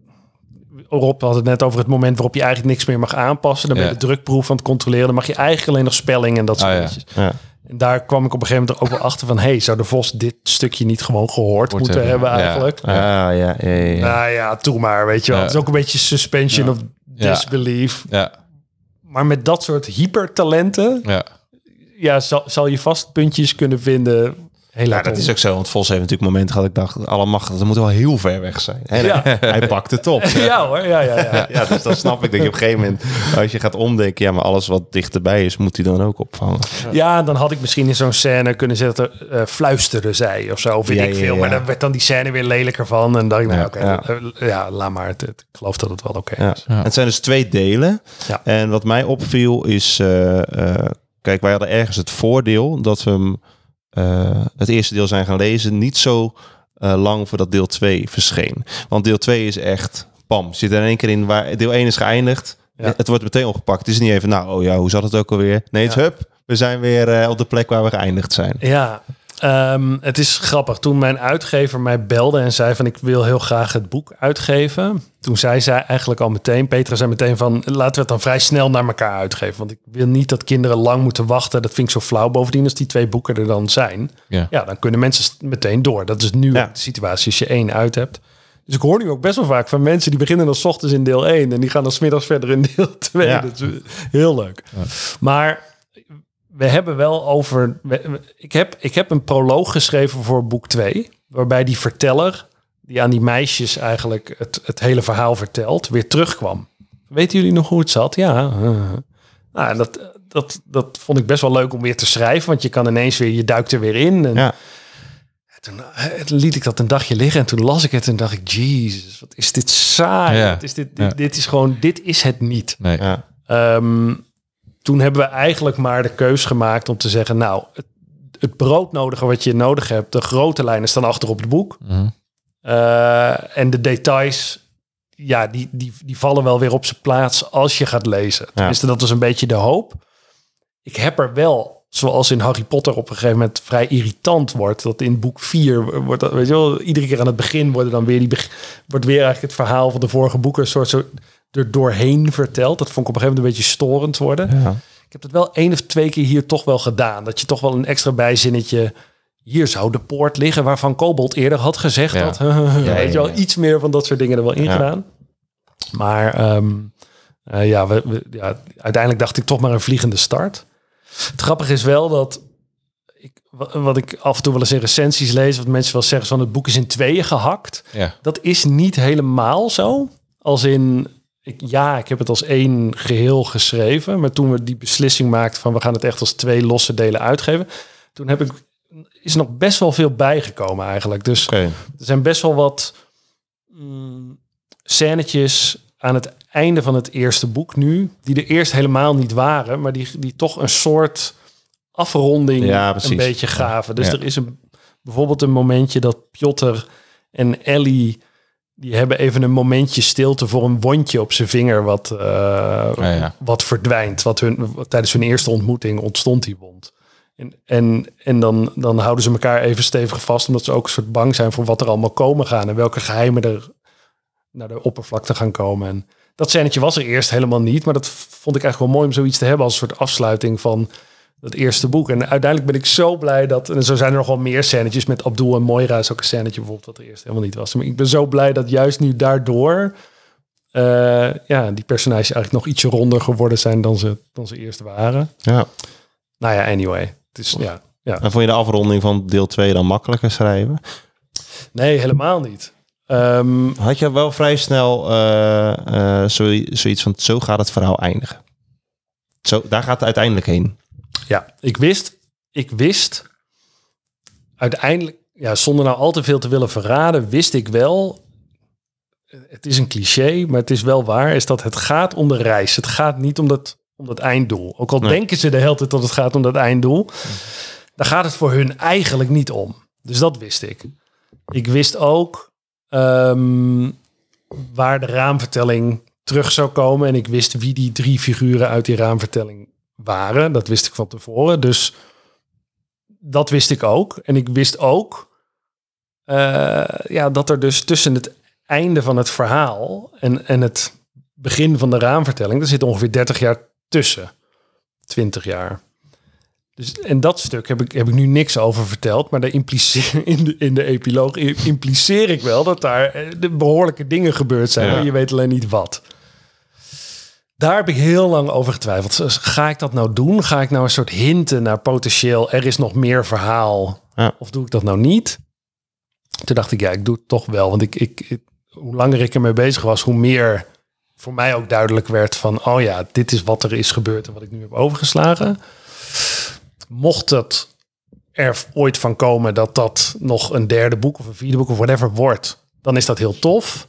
Rob had het net over het moment waarop je eigenlijk niks meer mag aanpassen. Dan ben je Ja. de drukproef aan het controleren. Dan mag je eigenlijk alleen nog spelling en dat soort Ah, ja. dingetjes. Ja. En daar kwam ik op een gegeven moment er ook wel achter van... hey, zou de Vos dit stukje niet gewoon gehoord Hoort moeten hebben, hebben ja. eigenlijk? Ah, ja, ja, ja, ja. Nou ja, toe maar, weet je wel. Ja. Het is ook een beetje suspension Ja. of Ja. disbelief. ja, Maar met dat soort hypertalenten... ja. ja, zal, zal je vast puntjes kunnen vinden. Heel Ja, dat is ook zo. Want Vos heeft natuurlijk momenten gehad. Ik dacht, alle macht, dat moet wel heel ver weg zijn. En Ja. hij pakt het op. Ja hoor, ja, ja, ja. Ja, dus dan snap ik dat je op een gegeven moment, als je gaat omdenken, ja, maar alles wat dichterbij is, moet hij dan ook opvangen. Ja, dan had ik misschien in zo'n scène kunnen zetten, uh, fluisteren zij of zo, of weet Ja, ik ja, veel. ja. Maar dan werd dan die scène weer lelijker van. En dacht ik, nou Ja, oké, ja. uh, ja, laat maar. Het, het- ik geloof dat het wel oké Ja. is. Het zijn dus twee delen. Ja. En wat mij opviel is, uh, uh, kijk, wij hadden ergens het voordeel dat we hem, uh, het eerste deel zijn gaan lezen, niet zo uh, lang voordat deel twee verscheen. Want deel twee is echt, pam, zit er in één keer in waar deel één is geëindigd. Ja. Het wordt meteen opgepakt. Het is niet even, nou, oh ja, hoe zat het ook alweer? Nee, het is Ja. hup, we zijn weer uh, op de plek waar we geëindigd zijn. Ja, um, het is grappig. Toen mijn uitgever mij belde en zei van ik wil heel graag het boek uitgeven. Toen zei zij eigenlijk al meteen, Petra zei meteen van laten we het dan vrij snel naar elkaar uitgeven. Want ik wil niet dat kinderen lang moeten wachten. Dat vind ik zo flauw. Bovendien als die twee boeken er dan zijn. Ja. Ja, dan kunnen mensen meteen door. Dat is nu Ja. ook de situatie als je één uit hebt. Dus ik hoor nu ook best wel vaak van mensen die beginnen dan 's ochtends in deel één en die gaan dan 's middags verder in deel twee. Ja. Dat is heel leuk. Maar we hebben wel over... we- we- ik, heb, ik heb een proloog geschreven voor boek twee, waarbij die verteller, die aan die meisjes eigenlijk het, het hele verhaal vertelt, weer terugkwam. Weten jullie nog hoe het zat? Ja. Nou, dat, dat, dat vond ik best wel leuk om weer te schrijven, want je kan ineens weer, je duikt er weer in. En Ja. toen eh, liet ik dat een dagje liggen en toen las ik het en dacht ik, jezus, wat is dit saai. Ja. Wat is dit, dit, Ja. dit is gewoon, dit is het niet. Nee. Ja. Ehm, toen hebben we eigenlijk maar de keus gemaakt om te zeggen, nou, het, het broodnodige wat je nodig hebt, de grote lijnen staan achter op het boek. Mm. Uh, en de details, ja, die, die, die vallen wel weer op zijn plaats als je gaat lezen. Ja. Tenminste, dat was een beetje de hoop. Ik heb er wel, zoals in Harry Potter op een gegeven moment vrij irritant wordt, dat in boek vier wordt dat, weet je wel, iedere keer aan het begin worden dan weer die beg- wordt weer eigenlijk het verhaal van de vorige boeken een soort zo er doorheen verteld. Dat vond ik op een gegeven moment een beetje storend worden. Ja. Ik heb het wel één of twee keer hier toch wel gedaan. Dat je toch wel een extra bijzinnetje, hier zou de poort liggen waarvan Kobold eerder had gezegd Ja. dat. Ja, Weet je wel, ja, ja. iets meer van dat soort dingen er wel in Ja. gedaan. Maar um, uh, ja, we, we, ja, uiteindelijk dacht ik toch maar een vliegende start. Het grappige is wel dat ik, wat ik af en toe wel eens in recensies lees, wat mensen wel zeggen van het boek is in tweeën gehakt. Ja. Dat is niet helemaal zo. Als in, ik, ja, ik heb het als één geheel geschreven, maar toen we die beslissing maakten van we gaan het echt als twee losse delen uitgeven, toen heb ik is nog best wel veel bijgekomen eigenlijk. Dus Oké. er zijn best wel wat mm, scènetjes aan het einde van het eerste boek nu, die er eerst helemaal niet waren, maar die, die toch een soort afronding Ja, precies. een beetje gaven. Dus Ja. er is een, bijvoorbeeld een momentje dat Piotr en Ellie, die hebben even een momentje stilte voor een wondje op zijn vinger wat, uh, Ja, ja. wat verdwijnt. Wat hun, wat tijdens hun eerste ontmoeting ontstond die wond. En, en, en dan, dan houden ze elkaar even stevig vast, omdat ze ook een soort bang zijn voor wat er allemaal komen gaan en welke geheimen er naar de oppervlakte gaan komen. En dat scènetje was er eerst helemaal niet, maar dat vond ik eigenlijk wel mooi om zoiets te hebben als een soort afsluiting van dat eerste boek. En uiteindelijk ben ik zo blij dat, en zo zijn er nog wel meer scènetjes met Abdul en Moira, is ook een scènetje bijvoorbeeld wat er eerst helemaal niet was. Maar ik ben zo blij dat juist nu daardoor uh, ja, die personages eigenlijk nog ietsje ronder geworden zijn dan ze, dan ze eerst waren. Ja. Nou ja, anyway. Het is, ja, ja. En vond je de afronding van deel twee dan makkelijker schrijven? Nee, helemaal niet. Um, Had je wel vrij snel uh, uh, zo, zoiets van, zo gaat het verhaal eindigen? Zo, daar gaat het uiteindelijk heen. Ja, ik wist, ik wist uiteindelijk, ja, zonder nou al te veel te willen verraden, wist ik wel, het is een cliché, maar het is wel waar, is dat het gaat om de reis. Het gaat niet om dat, om dat einddoel. Ook al Nee. denken ze de hele tijd dat het gaat om dat einddoel, daar gaat het voor hun eigenlijk niet om. Dus dat wist ik. Ik wist ook um, waar de raamvertelling terug zou komen en ik wist wie die drie figuren uit die raamvertelling waren. Dat wist ik van tevoren. Dus dat wist ik ook. En ik wist ook uh, ja, dat er dus tussen het einde van het verhaal en, en het begin van de raamvertelling, er zit ongeveer dertig jaar tussen. twintig jaar. Dus, en dat stuk heb ik, heb ik nu niks over verteld, maar daar impliceer, in, de, in de epiloog impliceer ik wel dat daar de behoorlijke dingen gebeurd zijn. Ja. Maar je weet alleen niet wat. Daar heb ik heel lang over getwijfeld. Ga ik dat nou doen? Ga ik nou een soort hinten naar potentieel, er is nog meer verhaal? Ja. Of doe ik dat nou niet? Toen dacht ik, ja, ik doe het toch wel. Want ik, ik, ik, hoe langer ik ermee bezig was, hoe meer voor mij ook duidelijk werd van, oh ja, dit is wat er is gebeurd en wat ik nu heb overgeslagen. Mocht het er ooit van komen dat dat nog een derde boek of een vierde boek of whatever wordt, dan is dat heel tof.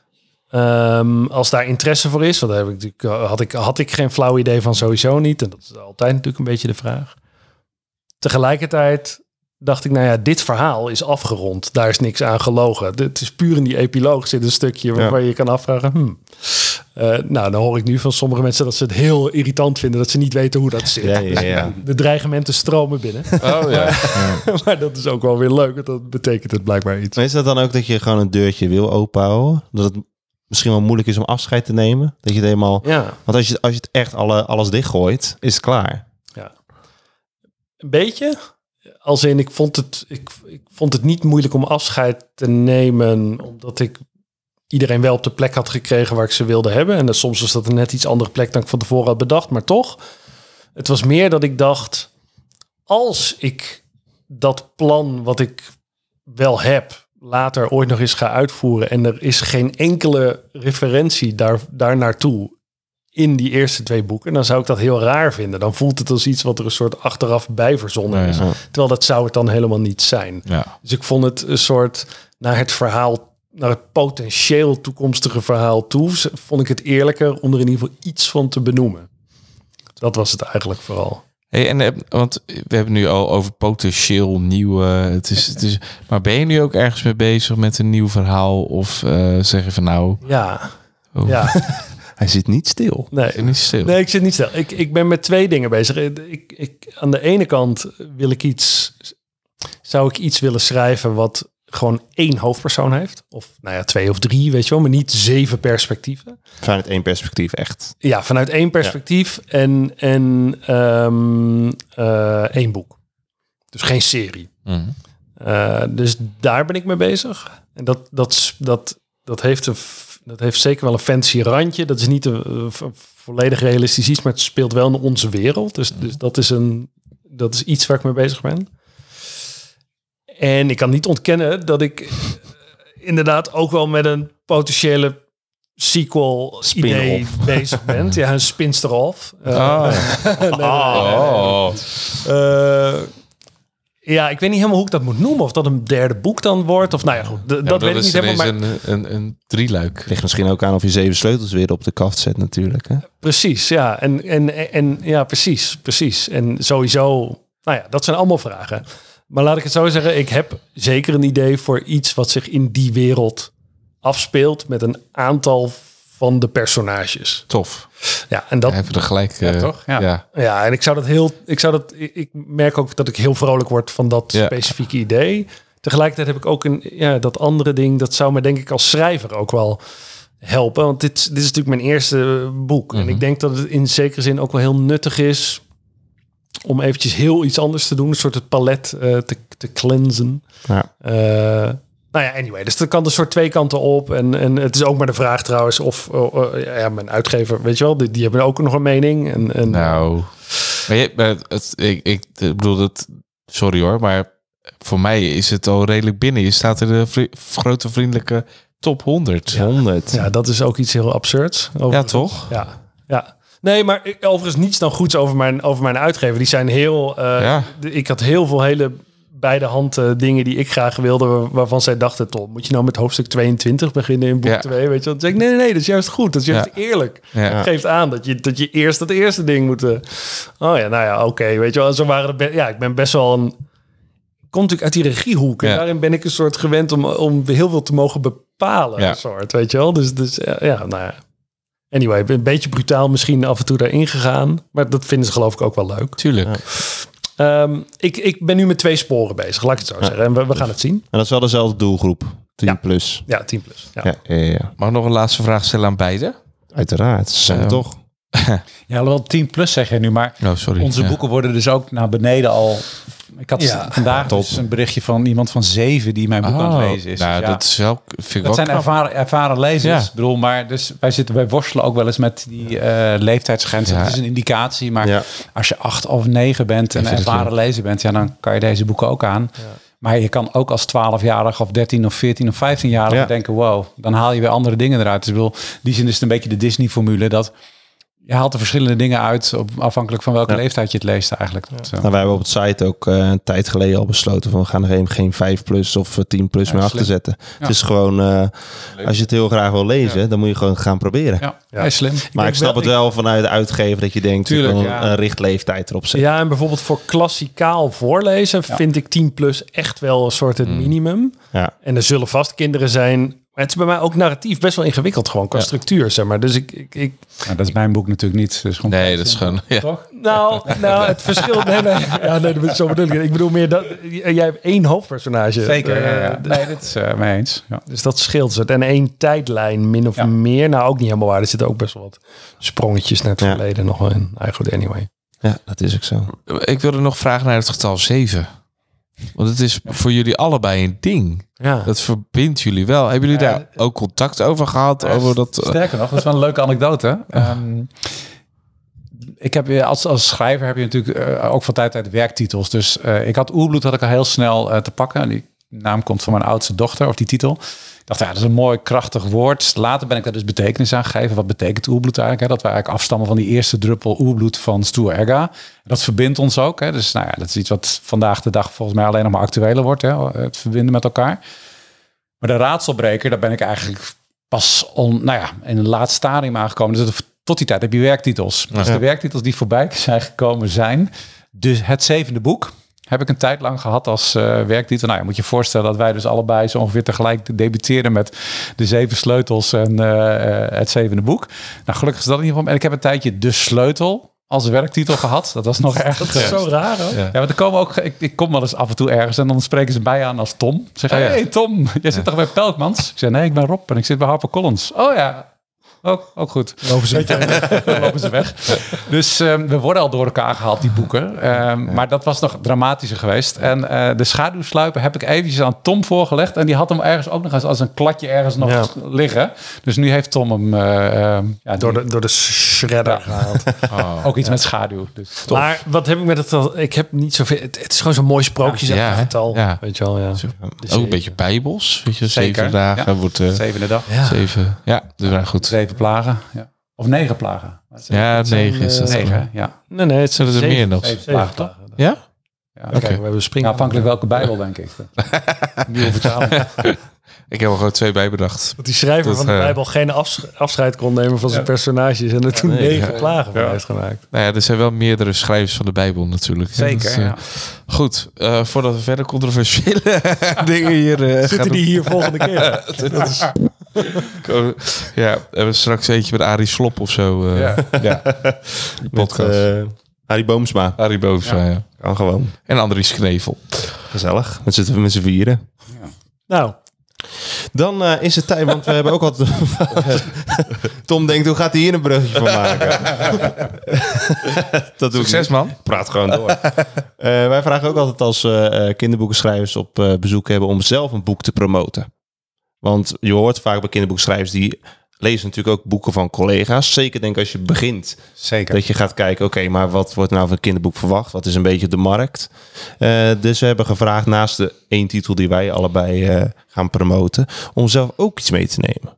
Um, als daar interesse voor is, want daar heb ik natuurlijk, had, ik, had ik geen flauw idee van, sowieso niet. En dat is altijd natuurlijk een beetje de vraag. Tegelijkertijd dacht ik, nou ja, dit verhaal is afgerond. Daar is niks aan gelogen. Het is puur in die epiloog zit een stukje waarvan ja. je kan afvragen. Hmm. Uh, nou, dan hoor ik nu van sommige mensen dat ze het heel irritant vinden, dat ze niet weten hoe dat zit. Ja, ja, ja. De dreigementen stromen binnen. Oh ja. Maar, maar dat is ook wel weer leuk. Dat betekent het blijkbaar iets. Maar is dat dan ook dat je gewoon een deurtje wil openhouden? Dat het misschien wel moeilijk is om afscheid te nemen? Dat je het helemaal... Ja. Want als je, als je het echt alle, alles dichtgooit, is het klaar. Ja. Een beetje. Als in, ik vond het, ik, ik vond het niet moeilijk om afscheid te nemen, omdat ik iedereen wel op de plek had gekregen waar ik ze wilde hebben. En dan, soms was dat een net iets andere plek dan ik van tevoren had bedacht, maar toch. Het was meer dat ik dacht, als ik dat plan wat ik wel heb, later ooit nog eens ga uitvoeren en er is geen enkele referentie daar, daar naartoe in die eerste twee boeken, dan zou ik dat heel raar vinden. Dan voelt het als iets wat er een soort achteraf bij verzonnen is. Ja. Terwijl dat zou het dan helemaal niet zijn. Ja. Dus ik vond het een soort naar het verhaal, naar het potentieel toekomstige verhaal toe, vond ik het eerlijker om er in ieder geval iets van te benoemen. Dat was het eigenlijk vooral. Hey, en, eh, want we hebben nu al over potentieel nieuwe. Het is, het is, maar ben je nu ook ergens mee bezig met een nieuw verhaal? Of uh, zeg je van nou... Ja, Oh. ja. Hij zit niet stil. Nee. Niet stil. Nee, ik zit niet stil. Ik, ik ben met twee dingen bezig. Ik, ik, aan de ene kant wil ik iets... Zou ik iets willen schrijven wat gewoon één hoofdpersoon heeft? Of nou ja, twee of drie, weet je wel. Maar niet zeven perspectieven. Vanuit één perspectief, echt. Ja, vanuit één perspectief ja. en, en um, uh, één boek. Dus geen serie. Mm. Uh, dus daar ben ik mee bezig. En dat, dat, dat, dat, heeft een, dat heeft zeker wel een fancy randje. Dat is niet een, een volledig realistisch iets, maar het speelt wel in onze wereld. Dus, dus dat, is een, dat is iets waar ik mee bezig ben. En ik kan niet ontkennen dat ik inderdaad ook wel met een potentiële sequel idee bezig bent. Ja, een spinster off. Uh, oh. nee, nee, nee, nee. Oh. Uh, ja, ik weet niet helemaal hoe ik dat moet noemen. Of dat een derde boek dan wordt. Of nou ja, goed. D- ja, dat weet ik niet helemaal. Maar een, een, een drieluik. Ligt misschien ook aan of je zeven sleutels weer op de kaft zet natuurlijk. Hè? Precies, ja. En, en, en ja, precies, precies. En sowieso, nou ja, dat zijn allemaal vragen. Maar laat ik het zo zeggen, ik heb zeker een idee voor iets wat zich in die wereld afspeelt met een aantal van de personages. Tof. Ja, en dat even gelijk. Ja, uh, toch? Ja. ja. Ja, en ik zou dat heel, ik zou dat, ik merk ook dat ik heel vrolijk word van dat ja. specifieke idee. Tegelijkertijd heb ik ook een, ja, dat andere ding, dat zou me denk ik als schrijver ook wel helpen, want dit, dit is natuurlijk mijn eerste boek. Mm-hmm. En ik denk dat het in zekere zin ook wel heel nuttig is om eventjes heel iets anders te doen, een soort het palet uh, te, te cleansen. Ja. Uh, nou ja, anyway, dus dat kan er soort twee kanten op. En, en het is ook maar de vraag trouwens of uh, uh, ja, mijn uitgever, weet je wel, die, die hebben ook nog een mening. En, en nou, maar je, maar het, ik, ik bedoel het, sorry hoor, maar voor mij is het al redelijk binnen. Je staat in de vri- grote vriendelijke top honderd. Ja. honderd. Ja, dat is ook iets heel absurds. Overigens. Ja, toch? Ja, ja. Nee, maar overigens niets dan goeds over mijn, over mijn uitgever. Die zijn heel... Uh, ja. Ik had heel veel hele bij de hand uh, dingen die ik graag wilde, waarvan zij dachten, toch, moet je nou met hoofdstuk tweeëntwintig beginnen in boek ja. twee, weet je? Dan zeg ik, nee, nee, nee, dat is juist goed. Dat is juist ja. eerlijk. Ja. Het geeft aan dat je, dat je eerst dat eerste ding moet... Uh, oh ja, nou ja, oké, okay, weet je wel. Zo waren de be- ja, ik ben best wel een... Komt natuurlijk uit die regiehoek. En ja. daarin ben ik een soort gewend om, om heel veel te mogen bepalen. Ja. Een soort, weet je wel. Dus, dus ja, nou ja. Anyway, een beetje brutaal misschien af en toe daarin gegaan. Maar dat vinden ze geloof ik ook wel leuk. Tuurlijk. Ja. Um, ik, ik ben nu met twee sporen bezig, laat ik het zo ja. zeggen. En we, we gaan het zien. En dat is wel dezelfde doelgroep. tien ja. plus. Ja, tien plus. Ja. Ja, ja, ja. Mag ik nog een laatste vraag stellen aan beide? Uiteraard. Ze zijn uh, toch. Ja, wel tien plus zeg je nu, maar oh, sorry. onze ja. boeken worden dus ook naar beneden al... Ik had ja, vandaag dus een berichtje van iemand van zeven die mijn boek oh, aan het lezen is. Nou, dus ja, dat is wel, vind ik dat wel zijn ervaren, ervaren lezers. Ja. Ik bedoel, maar dus wij zitten, wij worstelen ook wel eens met die uh, leeftijdsgrens. Ja. Het is een indicatie, maar ja. als je acht of negen bent en ervaren lezer bent, ja, dan kan je deze boeken ook aan. Ja. Maar je kan ook als twaalfjarig of dertien of veertien of vijftienjarig ja. denken, wow, dan haal je weer andere dingen eruit. Dus ik bedoel, die zin is het een beetje de Disney-formule dat je haalt er verschillende dingen uit, op, afhankelijk van welke ja. leeftijd je het leest eigenlijk. Ja. Nou, wij hebben op het site ook uh, een tijd geleden al besloten van we gaan er geen, geen vijf plus of tien plus ja, meer achter zetten. Ja. Het is gewoon, uh, als je het heel graag wil lezen, ja. dan moet je gewoon gaan proberen. Ja, ja. slim. Maar ik, ik snap wel, het wel ik... vanuit de uitgever dat je denkt, tuurlijk, ik ja. een richtleeftijd erop zetten. Ja, en bijvoorbeeld voor klassikaal voorlezen ja. vind ik tien plus echt wel een soort het mm. minimum. Ja. En er zullen vast kinderen zijn. Maar het is bij mij ook narratief best wel ingewikkeld gewoon qua ja. structuur, zeg maar. Dus ik... ik, ik... Nou, dat is mijn boek natuurlijk niet. Dus gewoon nee, dat is gewoon... Ja. Toch? Nou, nou, het verschil... Nee, nee, ja, nee, zo bedoel ik het. Ik bedoel meer dat... Jij hebt één hoofdpersonage. Zeker, uh, ja, ja. Nee, dit is uh, mee eens. Ja. Dus dat scheelt het. En één tijdlijn, min of ja. meer. Nou, ook niet helemaal waar. Er zitten ook best wel wat sprongetjes naar het ja. verleden nog wel in. Eigenlijk, anyway. Ja, dat is ook zo. Ik wilde nog vragen naar het getal zeven. Want het is voor jullie allebei een ding. Ja. Dat verbindt jullie wel. Hebben jullie ja, daar ook contact over gehad? Ja, over dat, sterker nog, dat is wel een leuke anekdote. Um, ik heb als, als schrijver heb je natuurlijk uh, ook van tijd uit werktitels. Dus uh, ik had Oerbloed had ik al heel snel uh, te pakken. Die naam komt van mijn oudste dochter, of die titel. Ik dacht, ja, dat is een mooi, krachtig woord. Later ben ik daar dus betekenis aan gegeven. Wat betekent oerbloed eigenlijk? Hè? Dat we eigenlijk afstammen van die eerste druppel oerbloed van Stoer Erga. Dat verbindt ons ook. Hè? Dus nou ja, dat is iets wat vandaag de dag volgens mij alleen nog maar actueler wordt. Hè? Het verbinden met elkaar. Maar de raadselbreker, daar ben ik eigenlijk pas on, nou ja, in een laat stadium aangekomen. Dus dat tot die tijd heb je werktitels. Dus de werktitels die voorbij zijn gekomen zijn... Dus Het Zevende Boek heb ik een tijd lang gehad als uh, werktitel. Nou, je moet je voorstellen dat wij dus allebei zo ongeveer tegelijk debuteren met De Zeven Sleutels en uh, uh, Het Zevende Boek. Nou, gelukkig is dat in ieder geval. En ik heb een tijdje De Sleutel als werktitel gehad. Dat was nog erg. Dat is zo raar, hoor. Ja, want er komen ook, ik, ik kom wel eens af en toe ergens en dan spreken ze bij aan als Tom. Ze zeggen, Oh, ja. hey Tom, jij zit toch bij Pelkmans? Ik zeg, nee, ik ben Rob en ik zit bij HarperCollins. Oh ja, ook, ook goed. Lopen ze Dan lopen ze weg. Dus um, we worden al door elkaar gehaald, die boeken. Um, ja. Maar dat was nog dramatischer geweest. En uh, De Schaduwsluiper heb ik eventjes aan Tom voorgelegd. En die had hem ergens ook nog eens als een kladje ergens nog Ja. liggen. Dus nu heeft Tom hem... Uh, uh, ja, door, die, de, door de shredder Ja. gehaald. oh, ook iets met schaduw. Dus tof. Maar wat heb ik met het al? Ik heb niet zoveel. Het, het is gewoon zo'n mooi sprookje, zeg Ja, maar, hè? getal. Ja. Weet je wel, ja. Ook een beetje bijbels. Weet je, Zeker, zeven dagen ja. wordt... Uh, Zevende dag. Ja. Zeven. Ja, dus wel goed. Zeven plagen. Ja. Of negen plagen. Ja, negen zijn, is dat. uh, Negen, dan. ja. Nee, nee, het zijn Zullen er zeven- meer nog? Zeven zeven plagen, toch? plagen. Ja? Ja. Oké, Oké. we hebben springen. Ja, afhankelijk welke Bijbel, denk ik. Nieuwe vertaling. Ik heb er gewoon twee bij bedacht. Dat die schrijver Dat, van de uh, Bijbel geen afs- afscheid kon nemen van zijn personages en er toen Nee, negen ja. plagen van Ja. heeft gemaakt. Nou ja, er zijn wel meerdere schrijvers van de Bijbel natuurlijk. Zeker, Dus, uh, ja. Goed, uh, voordat we verder controversiële dingen hier uh, Zitten gaan die hier volgende keer? doen. Ja, we hebben straks eentje met Arie Slop of zo. Uh, Ja. ja. Die podcast. Met, uh, Harry Boomsma. Arie Boomsma, ja. ja. Kan gewoon. En Andries Knevel. Gezellig. Dan zitten we met z'n vieren. Nou, Dan uh, is het tijd, want we hebben ook altijd... Tom denkt, hoe gaat hij hier een bruggetje van maken? Dat doe Succes, ik niet. man. Praat gewoon door. uh, wij vragen ook altijd als uh, kinderboekenschrijvers op uh, bezoek hebben... om zelf een boek te promoten. Want je hoort vaak bij kinderboekschrijvers... die lezen natuurlijk ook boeken van collega's. Zeker denk ik als je begint... Zeker. dat je gaat kijken, oké, okay, maar wat wordt nou van een kinderboek verwacht? Wat is een beetje de markt? Uh, dus we hebben gevraagd, naast de één titel die wij allebei uh, gaan promoten... om zelf ook iets mee te nemen.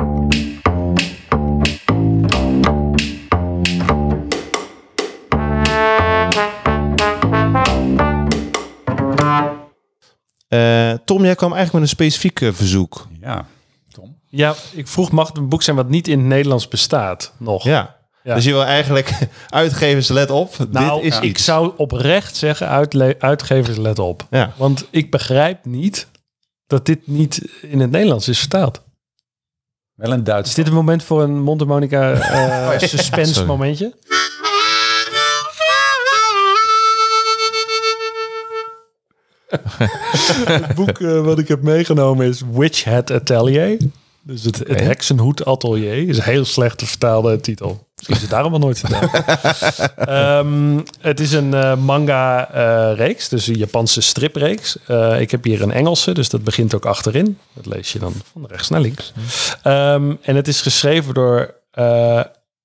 Uh, Tom, jij kwam eigenlijk met een specifiek uh, verzoek. Ja, Tom. ja, ik vroeg, mag het een boek zijn wat niet in het Nederlands bestaat nog? Ja. Ja. Dus je wil eigenlijk uitgevers, let op. Nou, dit is ik iets. zou oprecht zeggen, uitle- uitgevers, let op. Ja. Want ik begrijp niet dat dit niet in het Nederlands is vertaald. Wel een Duits. Is dit een moment voor een Mondharmonica uh, suspense Sorry. momentje? Het boek uh, wat ik heb meegenomen is Witch Hat Atelier. Dus het, het Heksenhoed Atelier. Is een heel slechte vertaalde titel. Misschien is het daarom wel nooit vertaald. um, het is een uh, manga-reeks, uh, dus een Japanse stripreeks. Uh, ik heb hier een Engelse, dus dat begint ook achterin. Dat lees je dan van rechts naar links. Um, en het is geschreven door uh,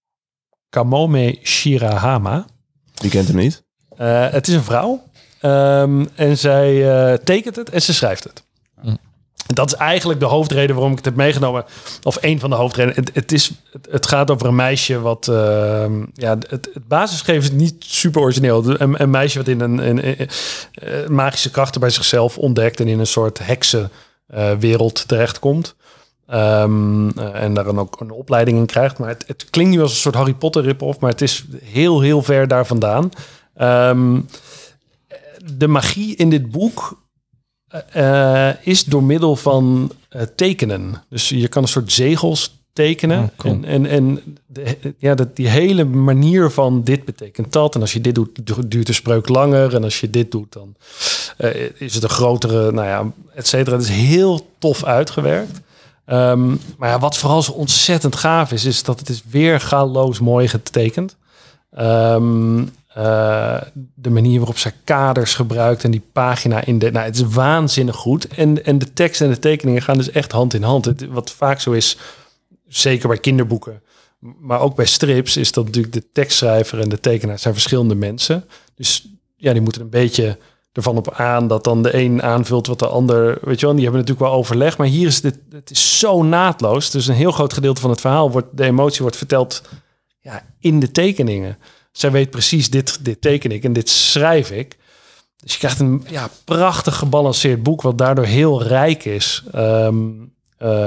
Kamome Shirahama. Die kent hem niet. Uh, het is een vrouw. Um, en zij uh, tekent het en ze schrijft het. Mm. Dat is eigenlijk de hoofdreden waarom ik het heb meegenomen. Of een van de hoofdredenen. Het, het, is, het, het gaat over een meisje wat... Uh, ja, het, het basisgegeven is niet super origineel. Een, een meisje wat in een, een, een, een magische krachten bij zichzelf ontdekt... en in een soort heksenwereld uh, terechtkomt. Um, uh, en daar dan ook een opleiding in krijgt. Maar het, het klinkt nu als een soort Harry Potter rip-off... maar het is heel, heel ver daar vandaan. Um, de magie in dit boek... Uh, is door middel van uh, tekenen. Dus je kan een soort zegels tekenen. Oh, cool. En, en, en de, ja, dat, die hele manier van dit betekent dat. En als je dit doet, duurt de spreuk langer. En als je dit doet, dan uh, is het een grotere, nou ja, et cetera. Het is heel tof uitgewerkt. Um, maar ja, wat vooral zo ontzettend gaaf is, is dat het is weergaloos mooi getekend. Um, Uh, de manier waarop zij kaders gebruikt en die pagina in de... Nou, het is waanzinnig goed. En, en de tekst en de tekeningen gaan dus echt hand in hand. Het, wat vaak zo is, zeker bij kinderboeken, maar ook bij strips, is dat natuurlijk de tekstschrijver en de tekenaar zijn verschillende mensen. Dus ja, die moeten een beetje ervan op aan dat dan de een aanvult wat de ander... Weet je wel, die hebben natuurlijk wel overleg. Maar hier is dit, het is zo naadloos. Dus een heel groot gedeelte van het verhaal wordt... De emotie wordt verteld ja, in de tekeningen. Zij weet precies, dit, dit teken ik en dit schrijf ik. Dus je krijgt een ja, prachtig gebalanceerd boek... wat daardoor heel rijk is. Um, uh,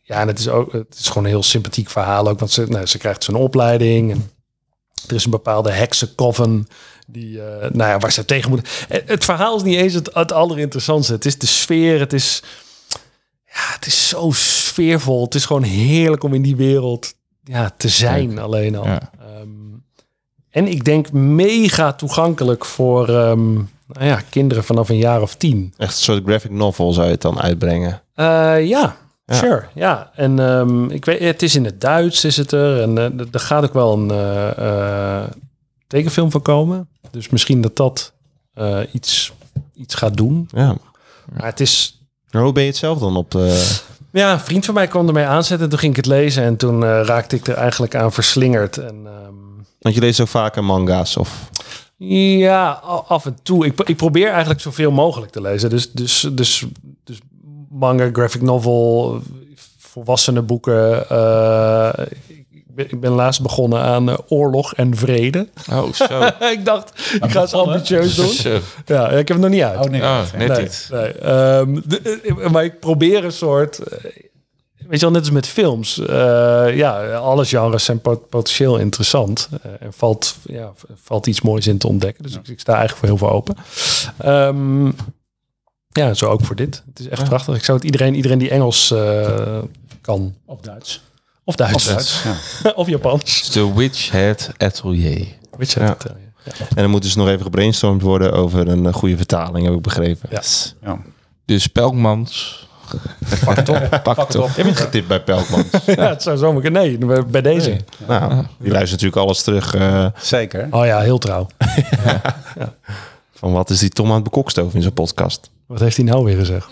ja, en het is ook het is gewoon een heel sympathiek verhaal ook. Want ze, nou, ze krijgt zo'n opleiding. En er is een bepaalde heksenkoven die, uh, nou ja, waar ze tegen moeten. Het verhaal is niet eens het, het allerinteressantste. Het is de sfeer. Het is, ja, het is zo sfeervol. Het is gewoon heerlijk om in die wereld ja, te zijn Kijk. alleen al. Ja. Um, en ik denk mega toegankelijk voor um, nou ja, kinderen vanaf een jaar of tien. Echt een soort graphic novel zou je het dan uitbrengen? Uh, ja. Ja. Sure, ja. En um, ik weet, het is in het Duits, is het er. En uh, er gaat ook wel een uh, uh, tekenfilm van komen. Dus misschien dat dat uh, iets, iets gaat doen. Ja. Maar het is... Maar hoe ben je het zelf dan op de... Ja, een vriend van mij kwam ermee aanzetten. Toen ging ik het lezen en toen uh, raakte ik er eigenlijk aan verslingerd. En, um... Want je leest ook vaker manga's of... Ja, af en toe. Ik, ik probeer eigenlijk zoveel mogelijk te lezen. Dus, dus, dus, dus manga, graphic novel, volwassenen boeken. Uh, ik, ben, ik ben laatst begonnen aan uh, Oorlog en Vrede. Oh, zo. ik dacht, ik ga het ambitieus doen. Zo. Ja, ik heb het nog niet uit. Oh, nee, oh, net nee, niet. Nee. Um, de, maar ik probeer een soort... Weet je wel, net als met films. Uh, ja, alle genres zijn pot- potentieel interessant. Uh, en valt, ja, valt iets moois in te ontdekken. Dus ja. ik, ik sta eigenlijk voor heel veel open. Um, ja, zo ook voor dit. Het is echt ja. prachtig. Ik zou het iedereen, iedereen die Engels uh, kan. Of Duits. Of Duits. Of, Duits, ja. of Japans. The Witch Hat Atelier. Witch Hat ja. Atelier. Ja. En dan moet dus nog even gebrainstormd worden over een goede vertaling, heb ik begrepen. Yes. Ja. Dus Pelkmans... Pak het op. Pak het op. Je bent getipt bij Pelkmans. Ja, het zou zomaar kunnen. Nee, bij deze. Nee. Nou, die luistert natuurlijk alles terug. Uh, Zeker. Oh ja, heel trouw. ja. Ja. Van wat is die Tom aan het bekokstoven in zijn podcast? Wat heeft hij nou weer gezegd?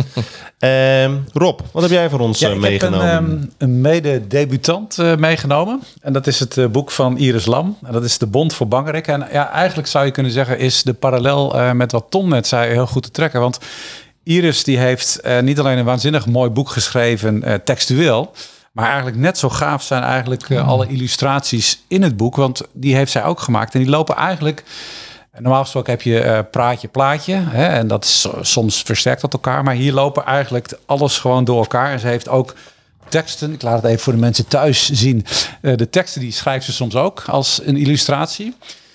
um, Rob, wat heb jij voor ons ja, uh, ik meegenomen? heb een, um, een mede-debutant uh, meegenomen. En dat is het uh, boek van Iris Lam. En dat is De Bond voor Bangerik. En ja, eigenlijk zou je kunnen zeggen, is de parallel uh, met wat Tom net zei heel goed te trekken. Want Iris die heeft uh, niet alleen een waanzinnig mooi boek geschreven, uh, textueel, maar eigenlijk net zo gaaf zijn eigenlijk uh, alle illustraties in het boek, want die heeft zij ook gemaakt. En die lopen eigenlijk, normaal gesproken heb je uh, praatje, plaatje, hè, en dat is soms versterkt tot elkaar, maar hier lopen eigenlijk alles gewoon door elkaar. En ze heeft ook teksten, ik laat het even voor de mensen thuis zien. Uh, de teksten die schrijft ze soms ook als een illustratie.